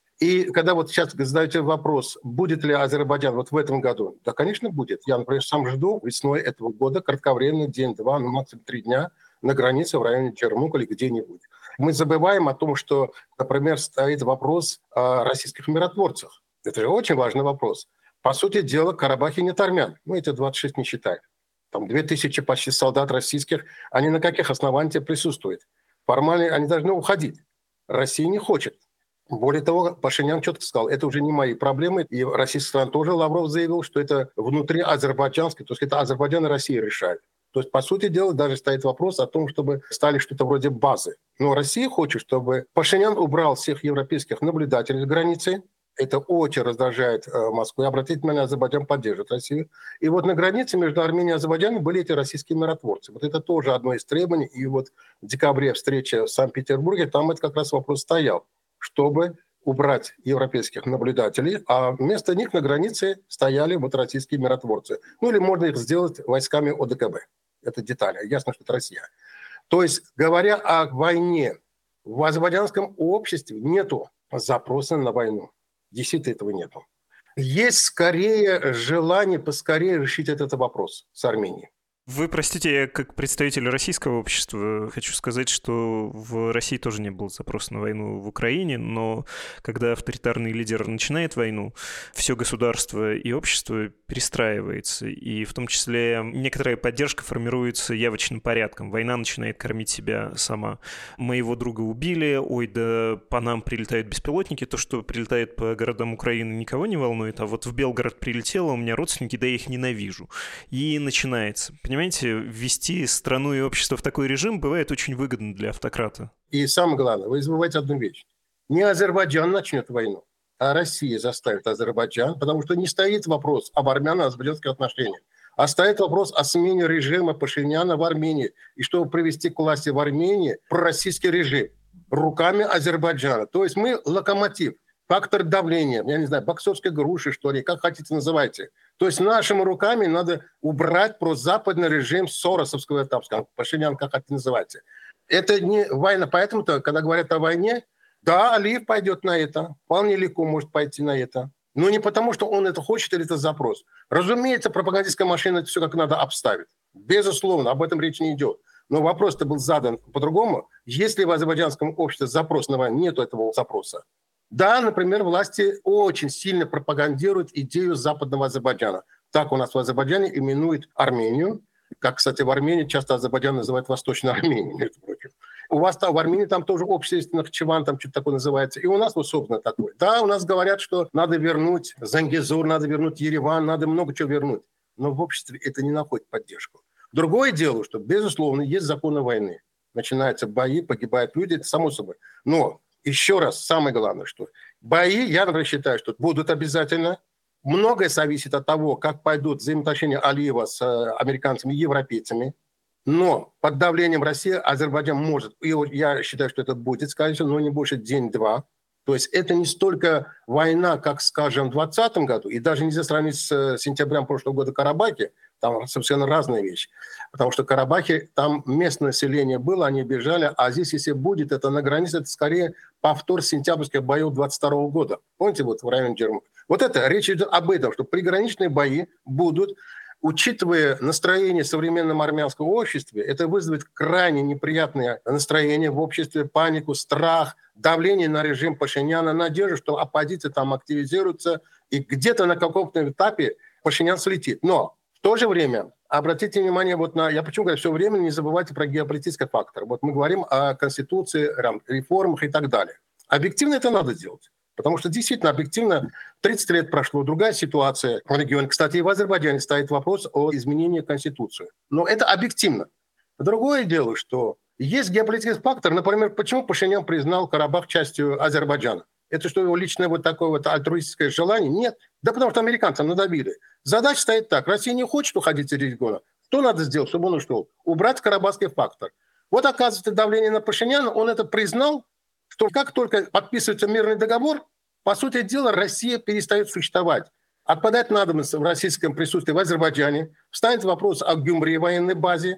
И когда вот сейчас задаете вопрос, будет ли Азербайджан вот в этом году, да, конечно, будет. Я, например, сам жду весной этого года кратковременно, день-два, ну, максимум три дня на границе в районе Чермук или где-нибудь. Мы забываем о том, что, например, стоит вопрос о российских миротворцах. Это же очень важный вопрос. По сути дела, Карабахе нет армян. Ну, эти двадцать шесть не считаем. Там две тысячи почти солдат российских. Они на каких основаниях присутствуют? Формально они должны уходить. Россия не хочет. Более того, Пашинян четко сказал, это уже не мои проблемы. И российская страна тоже, Лавров заявил, что это внутри азербайджанской, то есть это Азербайджан и Россия решают. То есть, по сути дела, даже стоит вопрос о том, чтобы стали что-то вроде базы. Но Россия хочет, чтобы Пашинян убрал всех европейских наблюдателей с границы. Это очень раздражает э, Москву. И обратите внимание, Азербайджан поддерживает Россию. И вот на границе между Арменией и Азербайджаном были эти российские миротворцы. Вот это тоже одно из требований. И вот в декабре встреча в Санкт-Петербурге, там это как раз вопрос стоял, чтобы убрать европейских наблюдателей, а вместо них на границе стояли вот российские миротворцы. Ну или можно их сделать войсками ОДКБ. Это детали. Ясно, что это Россия. То есть, говоря о войне, в азербайджанском обществе нету запроса на войну. Действительно этого нету. Есть скорее желание поскорее решить этот вопрос с Арменией. Вы простите, я как представитель российского общества хочу сказать, что в России тоже не было запроса на войну в Украине, но когда авторитарный лидер начинает войну, все государство и общество перестраивается, и в том числе некоторая поддержка формируется явочным порядком. Война начинает кормить себя сама. Моего друга убили, ой, да по нам прилетают беспилотники, то, что прилетает по городам Украины, никого не волнует, а вот в Белгород прилетело, у меня родственники, да я их ненавижу. И начинается. Понимаете, ввести страну и общество в такой режим бывает очень выгодно для автократа. И самое главное, вы забываете одну вещь. Не Азербайджан начнет войну, а Россия заставит Азербайджан, потому что не стоит вопрос об армяно-азербайджанских отношениях, а стоит вопрос о смене режима Пашиняна в Армении. И чтобы привести к власти в Армении пророссийский режим руками Азербайджана. То есть мы локомотив, фактор давления, я не знаю, боксерской груши, что ли, как хотите называйте. То есть нашими руками надо убрать прозападный режим соросовского, там, скажем, Пашинян, как хотите называйте. Это не война. Поэтому-то, когда говорят о войне, да, Алиев пойдет на это, вполне легко может пойти на это. Но не потому, что он это хочет или это запрос. Разумеется, пропагандистская машина это все как надо обставит. Безусловно, об этом речь не идет. Но вопрос-то был задан по-другому. Есть ли в азербайджанском обществе запрос на войну? Нет этого запроса. Да, например, власти очень сильно пропагандируют идею западного Азербайджана. Так у нас в Азербайджане именуют Армению. Как, кстати, в Армении часто Азербайджан называют Восточной Арменией, между прочим. У вас там в Армении там тоже общество есть, Нахчеван, там что-то такое называется. И у нас вот, собственно, такое. Да, у нас говорят, что надо вернуть Зангезур, надо вернуть Ереван, надо много чего вернуть. Но в обществе это не находит поддержку. Другое дело, что, безусловно, есть законы войны. Начинаются бои, погибают люди, это само собой. Но еще раз, самое главное, что бои, я, например, считаю, что будут обязательно. Многое зависит от того, как пойдут взаимоотношения Алиева с американцами и европейцами. Но под давлением России Азербайджан может, и я считаю, что это будет, скорее всего, но не больше день-два. То есть это не столько война, как, скажем, в двадцатом году, и даже нельзя сравнить с сентябрем прошлого года Карабахе, там совершенно разная вещь. Потому что в Карабахе там местное население было, они бежали, а здесь, если будет это на границе, это скорее повтор сентябрьских боев двадцать второго года. Помните, вот в районе Джермука. Вот это, речь идет об этом, что приграничные бои будут, учитывая настроение в современном армянском обществе, это вызовет крайне неприятное настроение в обществе, панику, страх, давление на режим Пашиняна, надежду, что оппозиция там активизируется, и где-то на каком-то этапе Пашинян слетит. Но в то же время обратите внимание вот на... Я почему говорю, все время не забывайте про геополитический фактор. Вот мы говорим о Конституции, реформах и так далее. Объективно это надо делать. Потому что действительно, объективно, тридцать лет прошло, другая ситуация в регионе. Кстати, и в Азербайджане стоит вопрос о изменении Конституции. Но это объективно. Другое дело, что есть геополитический фактор. Например, почему Пашинян признал Карабах частью Азербайджана? Это что, его личное вот такое вот альтруистское желание? Нет. Да потому что американцам надавили. Задача стоит так. Россия не хочет уходить из региона. Что надо сделать, чтобы он ушел? Убрать карабахский фактор. Вот оказывается давление на Пашиняна, он это признал, что как только подписывается мирный договор, по сути дела, Россия перестает существовать. Отпадает надобность в российском присутствии в Азербайджане. Встанет вопрос о Гюмри, военной базе.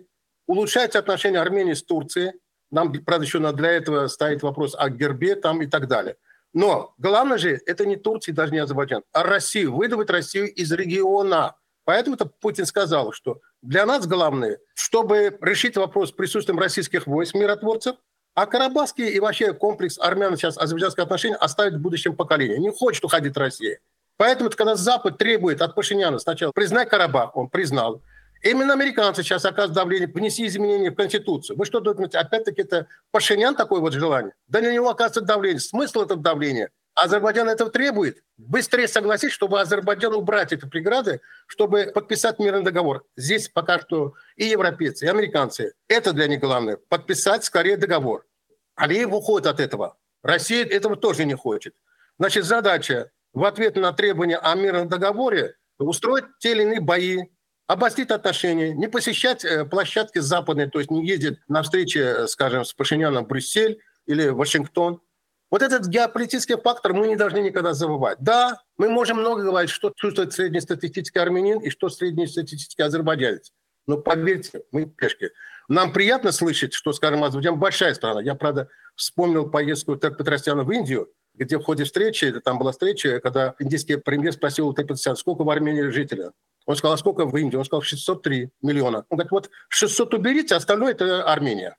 улучшаются отношения Армении с Турцией. Нам, правда, еще надо для этого ставить вопрос о гербе там и так далее. Но главное же, это не Турция, даже не Азербайджан, а Россию, выдавить Россию из региона. Поэтому-то Путин сказал, что для нас главное, чтобы решить вопрос с присутствием российских войск, миротворцев, а Карабахский и вообще комплекс армян сейчас азербайджанских отношений оставить в будущем поколению. Не хочет уходить Россия. Поэтому, когда Запад требует от Пашиняна сначала признать Карабах, он признал. Именно американцы сейчас оказывают давление, внеси изменения в Конституцию. Вы что думаете, опять-таки это Пашинян такое вот желание? Да на него оказывается давление. Смысл этого давления? Азербайджан этого требует. Быстрее согласись, чтобы Азербайджан убрать эти преграды, чтобы подписать мирный договор. Здесь пока что и европейцы, и американцы. Это для них главное. Подписать скорее договор. Алиев уходит от этого. Россия этого тоже не хочет. Значит, задача в ответ на требования о мирном договоре устроить те или иные бои, обострить отношения, не посещать площадки западные, то есть не ездить на встречи, скажем, с Пашиняном в Брюссель или в Вашингтон. Вот этот геополитический фактор мы не должны никогда забывать. Да, мы можем много говорить, что чувствует среднестатистический армянин и что среднестатистический азербайджанец. Но поверьте, мы пешки. Нам приятно слышать, что, скажем, Азербайджан большая страна. Я, правда, вспомнил поездку Тер Петросяна в Индию, где в ходе встречи, там была встреча, когда индийский премьер спросил у Тер Петросяна, сколько в Армении жителей. Он сказал, а сколько в Индии? Он сказал, шестьсот три миллиона. Он говорит, вот шестьсот уберите, остальное это Армения.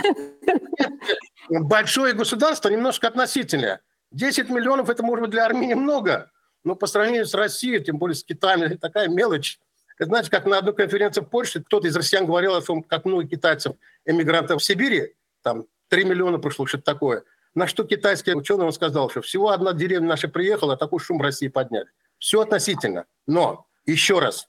Большое государство немножко относительное. десять миллионов это, может быть, для Армении много, но по сравнению с Россией, тем более с Китаем, это такая мелочь. Это, знаете, как на одной конференции в Польше кто-то из россиян говорил о том, как много китайцев, эмигрантов в Сибири, там три миллиона прошло, что-то такое. На что китайский ученый он сказал, что всего одна деревня наша приехала, такой шум в России подняли. Все относительно. Но, еще раз,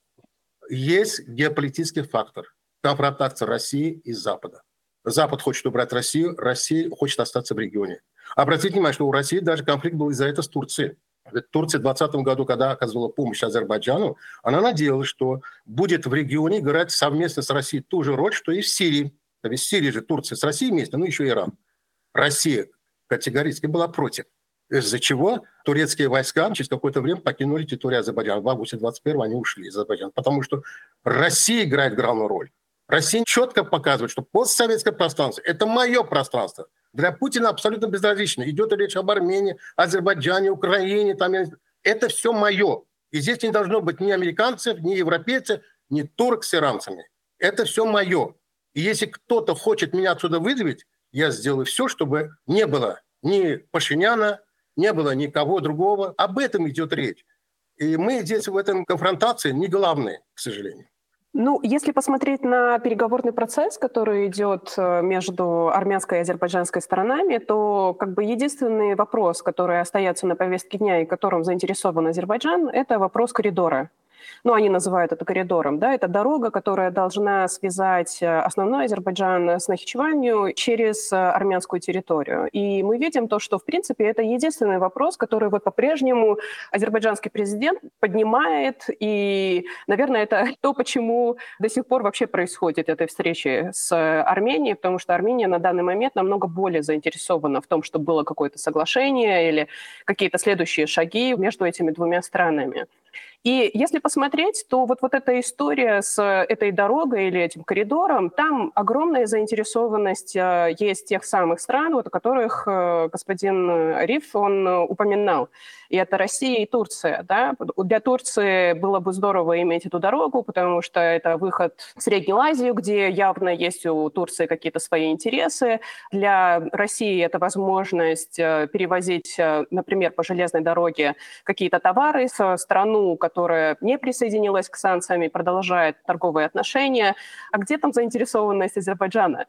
есть геополитический фактор. Конфронтация России и Запада. Запад хочет убрать Россию, Россия хочет остаться в регионе. Обратите внимание, что у России даже конфликт был из-за этого с Турцией. Турция в двадцатом году, когда оказывала помощь Азербайджану, она надеялась, что будет в регионе играть совместно с Россией ту же роль, что и в Сирии. Ведь в Сирии же Турция с Россией вместе, ну еще Иран. Россия категорически была против. Из-за чего турецкие войска через какое-то время покинули территорию Азербайджана. В августе двадцать первого они ушли из Азербайджана, потому что Россия играет главную роль. Россия четко показывает, что постсоветское пространство – это мое пространство. Для Путина абсолютно безразлично. Идет речь об Армении, Азербайджане, Украине. Там, это все мое. И здесь не должно быть ни американцев, ни европейцев, ни турок с иранцами. Это все мое. И если кто-то хочет меня отсюда выдавить, я сделаю все, чтобы не было ни Пашиняна, не было никого другого. Об этом идет речь. И мы здесь в этом конфронтации не главные, к сожалению. Ну, если посмотреть на переговорный процесс, который идет между армянской и азербайджанской сторонами, то как бы единственный вопрос, который остается на повестке дня и которым заинтересован Азербайджан, это вопрос коридора. Ну, они называют это коридором, да, это дорога, которая должна связать основной Азербайджан с Нахичеванью через армянскую территорию. И мы видим то, что, в принципе, это единственный вопрос, который вот по-прежнему азербайджанский президент поднимает, и, наверное, это то, почему до сих пор вообще происходит эта встреча с Арменией, потому что Армения на данный момент намного более заинтересована в том, чтобы было какое-то соглашение или какие-то следующие шаги между этими двумя странами. И если посмотреть, то вот, вот эта история с этой дорогой или этим коридором, там огромная заинтересованность э, есть тех самых стран, вот, о которых э, господин Ариф, он упоминал. И это Россия и Турция. Да? Для Турции было бы здорово иметь эту дорогу, потому что это выход в Среднюю Азию, где явно есть у Турции какие-то свои интересы. Для России это возможность э, перевозить, э, например, по железной дороге какие-то товары в страну, которая не присоединилась к санкциям и продолжает торговые отношения. А где там заинтересованность Азербайджана?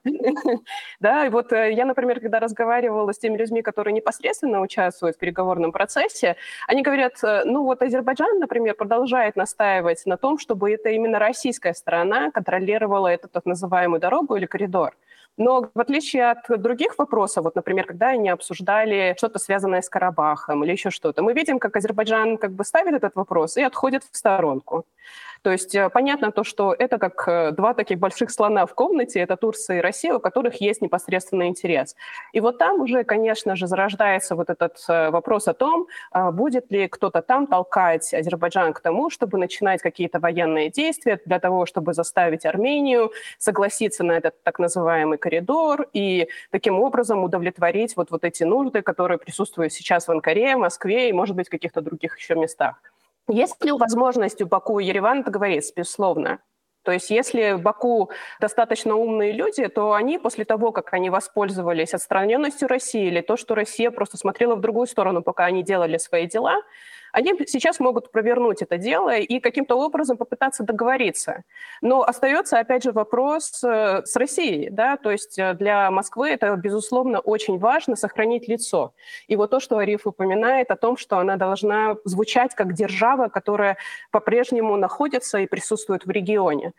Да, и вот я, например, когда разговаривала с теми людьми, которые непосредственно участвуют в переговорном процессе, они говорят, ну вот Азербайджан, например, продолжает настаивать на том, чтобы это именно российская сторона контролировала эту так называемую дорогу или коридор. Но в отличие от других вопросов, вот, например, когда они обсуждали что-то связанное с Карабахом или еще что-то, мы видим, как Азербайджан как бы ставит этот вопрос и отходит в сторонку. То есть понятно то, что это как два таких больших слона в комнате, это Турция и Россия, у которых есть непосредственный интерес. И вот там уже, конечно же, зарождается вот этот вопрос о том, будет ли кто-то там толкать Азербайджан к тому, чтобы начинать какие-то военные действия для того, чтобы заставить Армению согласиться на этот так называемый коридор и таким образом удовлетворить вот, вот эти нужды, которые присутствуют сейчас в Анкаре, Москве и, может быть, в каких-то других еще местах. Есть ли возможность у Баку и Еревана договориться? Безусловно. То есть если в Баку достаточно умные люди, то они после того, как они воспользовались отстраненностью России или то, что Россия просто смотрела в другую сторону, пока они делали свои дела, они сейчас могут провернуть это дело и каким-то образом попытаться договориться. Но остается, опять же, вопрос с Россией. Да? То есть для Москвы это, безусловно, очень важно сохранить лицо. И вот то, что Ариф упоминает о том, что она должна звучать как держава, которая по-прежнему находится и присутствует в регионе.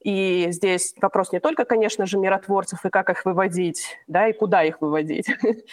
И здесь вопрос не только, конечно же, миротворцев и как их выводить, да, и куда их выводить,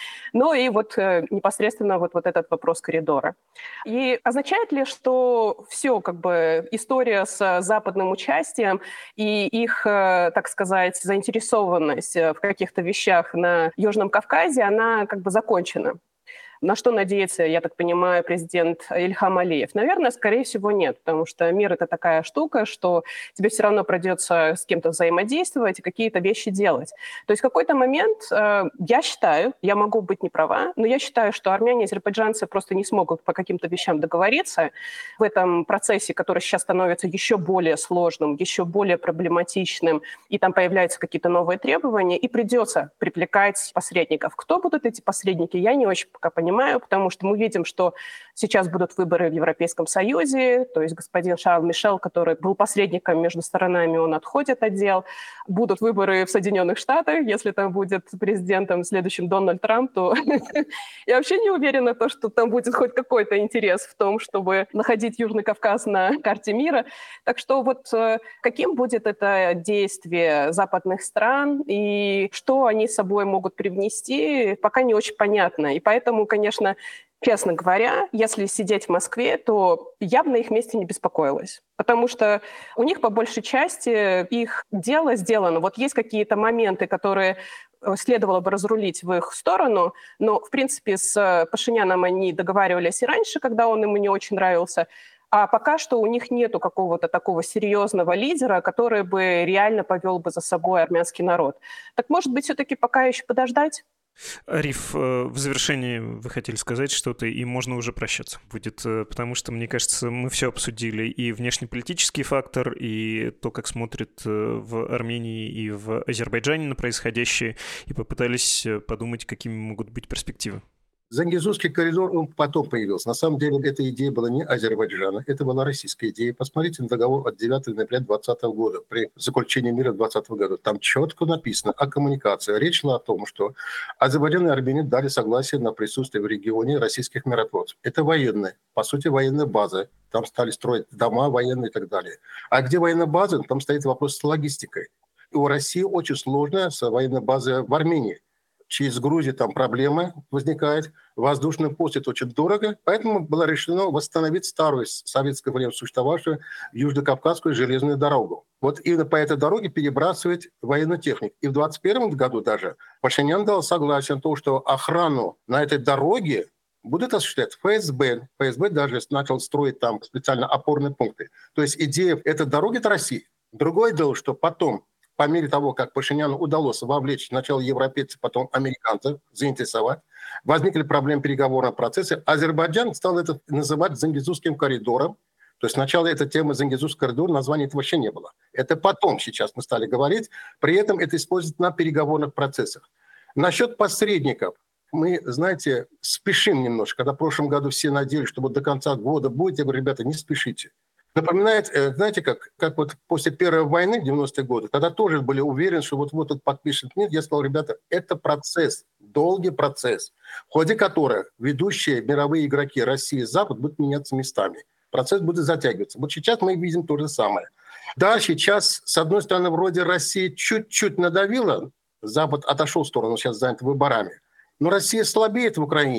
но и вот э, непосредственно вот, вот этот вопрос коридора. И означает ли, что все, как бы, история с западным участием и их, э, так сказать, заинтересованность в каких-то вещах на Южном Кавказе, она как бы закончена? На что надеется, я так понимаю, президент Ильхам Алиев? Наверное, скорее всего, нет, потому что мир — это такая штука, что тебе все равно придется с кем-то взаимодействовать и какие-то вещи делать. То есть в какой-то момент, э, я считаю, я могу быть не права, но я считаю, что армяне и азербайджанцы просто не смогут по каким-то вещам договориться в этом процессе, который сейчас становится еще более сложным, еще более проблематичным, и там появляются какие-то новые требования, и придется привлекать посредников. Кто будут эти посредники, я не очень пока понимаю, потому что мы видим, что сейчас будут выборы в Европейском Союзе, то есть господин Шарл Мишель, который был посредником между сторонами, он отходит от дел. Будут выборы в Соединенных Штатах, если там будет президентом следующим Дональд Трамп, то я вообще не уверена, что там будет хоть какой-то интерес в том, чтобы находить Южный Кавказ на карте мира. Так что вот каким будет это действие западных стран и что они с собой могут привнести, пока не очень понятно. И поэтому, конечно, Конечно, честно говоря, если сидеть в Москве, то я бы на их месте не беспокоилась. Потому что у них, по большей части, их дело сделано. Вот есть какие-то моменты, которые следовало бы разрулить в их сторону, но, в принципе, с Пашиняном они договаривались и раньше, когда он им не очень нравился. А пока что у них нету какого-то такого серьезного лидера, который бы реально повел бы за собой армянский народ. Так, может быть, все-таки пока еще подождать? Ариф, в завершении вы хотели сказать что-то, и можно уже прощаться будет, потому что, мне кажется, мы все обсудили, и внешнеполитический фактор, и то, как смотрят в Армении и в Азербайджане на происходящее, и попытались подумать, какими могут быть перспективы. Зангезурский коридор, он потом появился. На самом деле, эта идея была не Азербайджана, это была российская идея. Посмотрите на договор от девятого ноября двадцатого года, при заключении мира двадцатого года. Там четко написано о коммуникации. Речь шла о том, что Азербайджан и Армения дали согласие на присутствие в регионе российских миротворцев. Это военные, по сути, военная база. Там стали строить дома военные и так далее. А где военная база, там стоит вопрос с логистикой. И у России очень сложно с военной базой в Армении. Через Грузию там проблемы возникают, воздушный пост – это очень дорого, поэтому было решено восстановить старую с советского времени существовавшую Южно-Кавказскую железную дорогу. Вот именно по этой дороге перебрасывать военную технику. И в двадцать первом году даже Пашинян дал согласие на то, что охрану на этой дороге будут осуществлять ФСБ. ФСБ даже начал строить там специально опорные пункты. То есть идея этой дороги – это Россия. Другое дело, что потом, по мере того, как Пашиняну удалось вовлечь сначала европейцев, потом американцев, заинтересовать, возникли проблемы переговорного процесса. Азербайджан стал это называть Зангезурским коридором. То есть сначала эта тема Зангезурский коридор, названия этого вообще не было. Это потом сейчас мы стали говорить. При этом это используется на переговорных процессах. Насчет посредников. Мы, знаете, спешим немножко. Когда в прошлом году все надеялись, что вот до конца года будет, я говорю, ребята, не спешите. Напоминает, знаете, как, как вот после Первой войны в девяностые годы, тогда тоже были уверены, что вот-вот тут подпишет мир. Я сказал, ребята, это процесс, долгий процесс, в ходе которого ведущие мировые игроки России и Запад будут меняться местами. Процесс будет затягиваться. Вот сейчас мы видим то же самое. Да, сейчас, с одной стороны, вроде Россия чуть-чуть надавила, Запад отошел в сторону, сейчас занят выборами. Но Россия слабеет в Украине.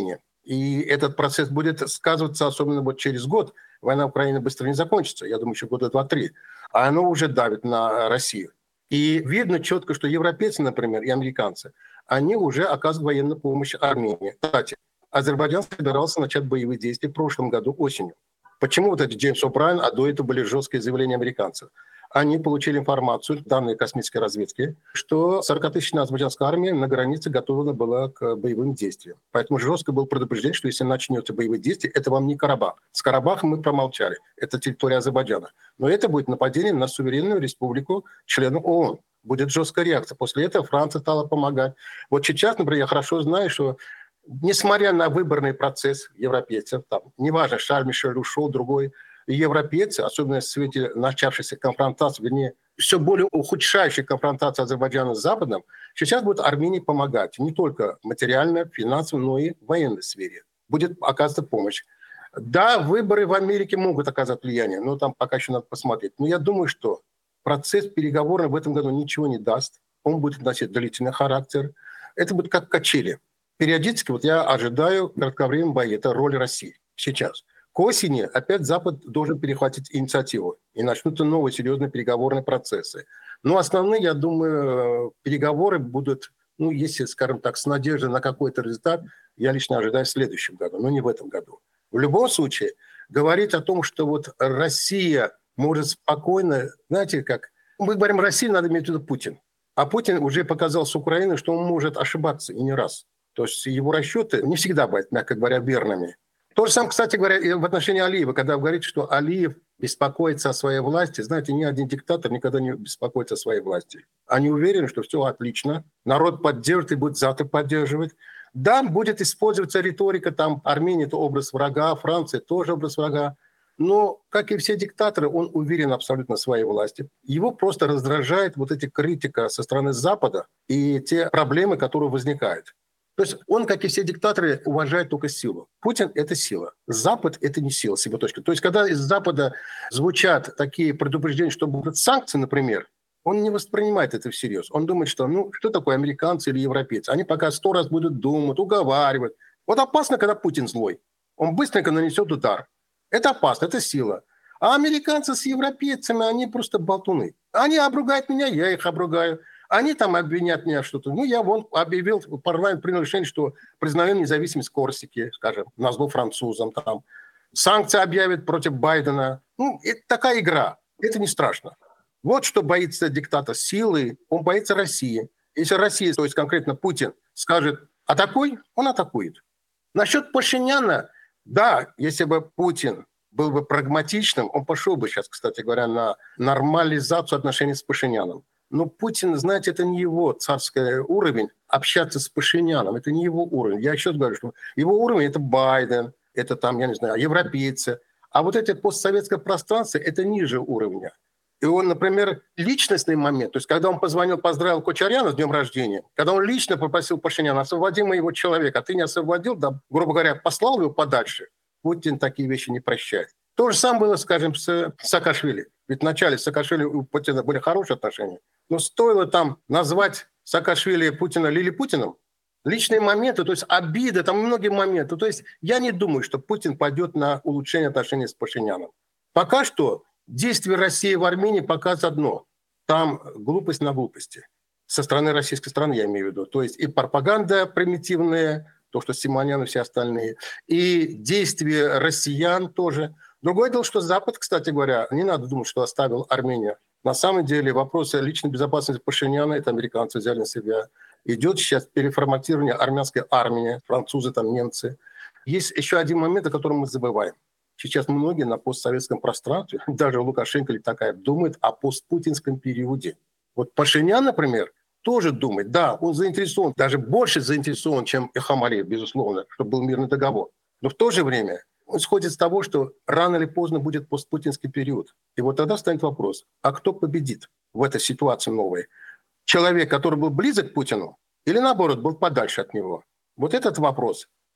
И этот процесс будет сказываться, особенно вот через год. Война в Украине быстро не закончится, я думаю, еще года два-три. А оно уже давит на Россию. И видно четко, что европейцы, например, и американцы, они уже оказывают военную помощь Армении. Кстати, Азербайджан собирался начать боевые действия в прошлом году осенью. Почему вот этот Джеймс О'Брайен, а до этого были жесткие заявления американцев? Они получили информацию, данные космической разведки, что сорокатысячная азербайджанская армия на границе готова была к боевым действиям. Поэтому жестко было предупреждение, что если начнете боевые действия, это вам не Карабах. С Карабахом мы промолчали. Это территория Азербайджана. Но это будет нападение на суверенную республику, членов ООН. Будет жесткая реакция. После этого Франция стала помогать. Вот сейчас, например, я хорошо знаю, что несмотря на выборный процесс европейцев, там, неважно, Шарль Мишель ушел, другой, европейцы, особенно в свете начавшейся конфронтации, вернее, все более ухудшающей конфронтации Азербайджана с Западом, сейчас будет Армении помогать не только материально, финансово, но и в военной сфере. Будет оказываться помощь. Да, выборы в Америке могут оказать влияние, но там пока еще надо посмотреть. Но я думаю, что процесс переговоров в этом году ничего не даст. Он будет носить длительный характер. Это будет как качели. Периодически вот я ожидаю кратковременной бои. Это роль России сейчас. К осени опять Запад должен перехватить инициативу, и начнутся новые серьезные переговорные процессы. Но основные, я думаю, переговоры будут, ну, если, скажем так, с надеждой на какой-то результат, я лично ожидаю в следующем году, но не в этом году. В любом случае, говорить о том, что вот Россия может спокойно, знаете как, мы говорим Россия, надо иметь в виду Путин. А Путин уже показал с Украиной, что он может ошибаться, и не раз. То есть его расчеты не всегда бывают, мягко говоря, верными. То же самое, кстати говоря, и в отношении Алиева, когда вы говорите, что Алиев беспокоится о своей власти. Знаете, ни один диктатор никогда не беспокоится о своей власти. Они уверены, что все отлично, народ поддерживает и будет завтра поддерживать. Да, будет использоваться риторика, там Армения – это образ врага, Франция – тоже образ врага. Но, как и все диктаторы, он уверен абсолютно в своей власти. Его просто раздражает вот эта критика со стороны Запада и те проблемы, которые возникают. То есть он, как и все диктаторы, уважает только силу. Путин – это сила. Запад – это не сила, с его точки. То есть когда из Запада звучат такие предупреждения, что будут санкции, например, он не воспринимает это всерьез. Он думает, что ну что такое американцы или европейцы? Они пока сто раз будут думать, уговаривать. Вот опасно, когда Путин злой. Он быстренько нанесет удар. Это опасно, это сила. А американцы с европейцами, они просто болтуны. Они обругают меня, я их обругаю. Они там обвинят меня что-то. Ну, я вон объявил, парламент принял решение, что признаем независимость Корсики, скажем, назло французам. Там. Санкции объявят против Байдена. Ну, это такая игра. Это не страшно. Вот что боится диктатор силы. Он боится России. Если Россия, то есть конкретно Путин, скажет «атакуй», он атакует. Насчет Пашиняна, да, если бы Путин был бы прагматичным, он пошел бы сейчас, кстати говоря, на нормализацию отношений с Пашиняном. Но Путин, знаете, это не его царский уровень общаться с Пашиняном. Это не его уровень. Я еще раз говорю, что его уровень – это Байден, это там, я не знаю, европейцы. А вот это постсоветское пространство – это ниже уровня. И он, например, личностный момент, то есть когда он позвонил, поздравил Кочаряна с днем рождения, когда он лично попросил Пашиняна, освободи моего человека, а ты не освободил, да, грубо говоря, послал его подальше, Путин такие вещи не прощает. То же самое было, скажем, с Саакашвили. Ведь вначале с Саакашвили у Путина были хорошие отношения. Но стоило там назвать Саакашвили Путина Лилипутиным, личные моменты, то есть обиды, там многие моменты. То есть я не думаю, что Путин пойдет на улучшение отношений с Пашиняном. Пока что действия России в Армении показывают одно. Там глупость на глупости. Со стороны российской страны, я имею в виду. То есть и пропаганда примитивная, то, что Симонян и все остальные, и действия россиян тоже. Другое дело, что Запад, кстати говоря, не надо думать, что оставил Армению. На самом деле вопросы личной безопасности Пашиняна, это американцы взяли на себя. Идет сейчас переформатирование армянской армии, французы, там, немцы. Есть еще один момент, о котором мы забываем. Сейчас многие на постсоветском пространстве, даже Лукашенко или такая, думают о постпутинском периоде. Вот Пашинян, например, тоже думает, да, он заинтересован, даже больше заинтересован, чем Ильхам Алиев, безусловно, чтобы был мирный договор. Но в то же время он исходит из того, что рано или поздно будет постпутинский период. И вот тогда станет вопрос, а кто победит в этой ситуации новой? Человек, который был близок к Путину, или наоборот, был подальше от него? Вот этот вопрос.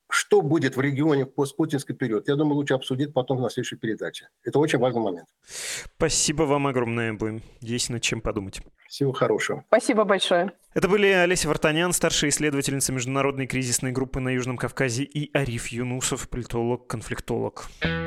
что будет в регионе в постпутинский период, я думаю, лучше обсудить потом на следующей передаче. Это очень важный момент. Спасибо вам огромное, будем. Есть над чем подумать. Всего хорошего. Спасибо большое. Это были Олеся Вартанян, старшая исследовательница международной кризисной группы на Южном Кавказе, и Ариф Юнусов, политолог-конфликтолог.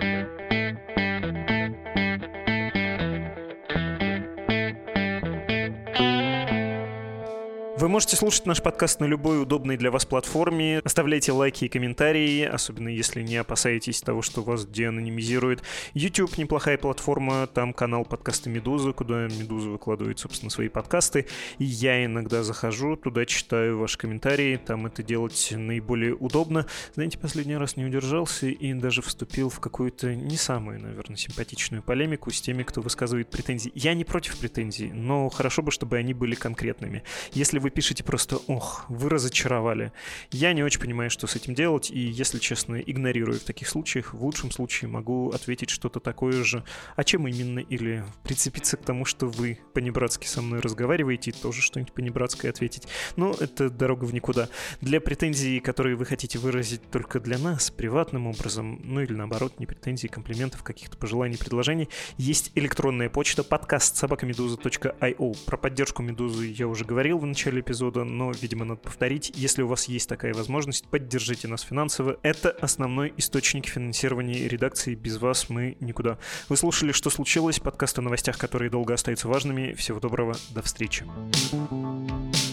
Вы можете слушать наш подкаст на любой удобной для вас платформе. Оставляйте лайки и комментарии, особенно если не опасаетесь того, что вас деанонимизирует. YouTube — неплохая платформа, там канал подкаста «Медуза», куда «Медуза» выкладывает, собственно, свои подкасты. И я иногда захожу, туда читаю ваши комментарии, там это делать наиболее удобно. Знаете, последний раз не удержался и даже вступил в какую-то не самую, наверное, симпатичную полемику с теми, кто высказывает претензии. Я не против претензий, но хорошо бы, чтобы они были конкретными. Если вы пишете просто «Ох, вы разочаровали», я не очень понимаю, что с этим делать, и, если честно, игнорирую в таких случаях. В лучшем случае могу ответить что-то такое же, а чем именно, или прицепиться к тому, что вы по-небратски со мной разговариваете, и тоже что-нибудь по-небратски ответить. Но это дорога в никуда. Для претензий, которые вы хотите выразить только для нас, приватным образом, ну или наоборот, не претензий, комплиментов, каких-то пожеланий, предложений, есть электронная почта подкаст собака медуза точка ай о. Про поддержку Медузы я уже говорил в начале эпизода, но, видимо, надо повторить. Если у вас есть такая возможность, поддержите нас финансово. Это основной источник финансирования редакции. Без вас мы никуда. Вы слушали «Что случилось?» Подкаст о новостях, которые долго остаются важными. Всего доброго, до встречи.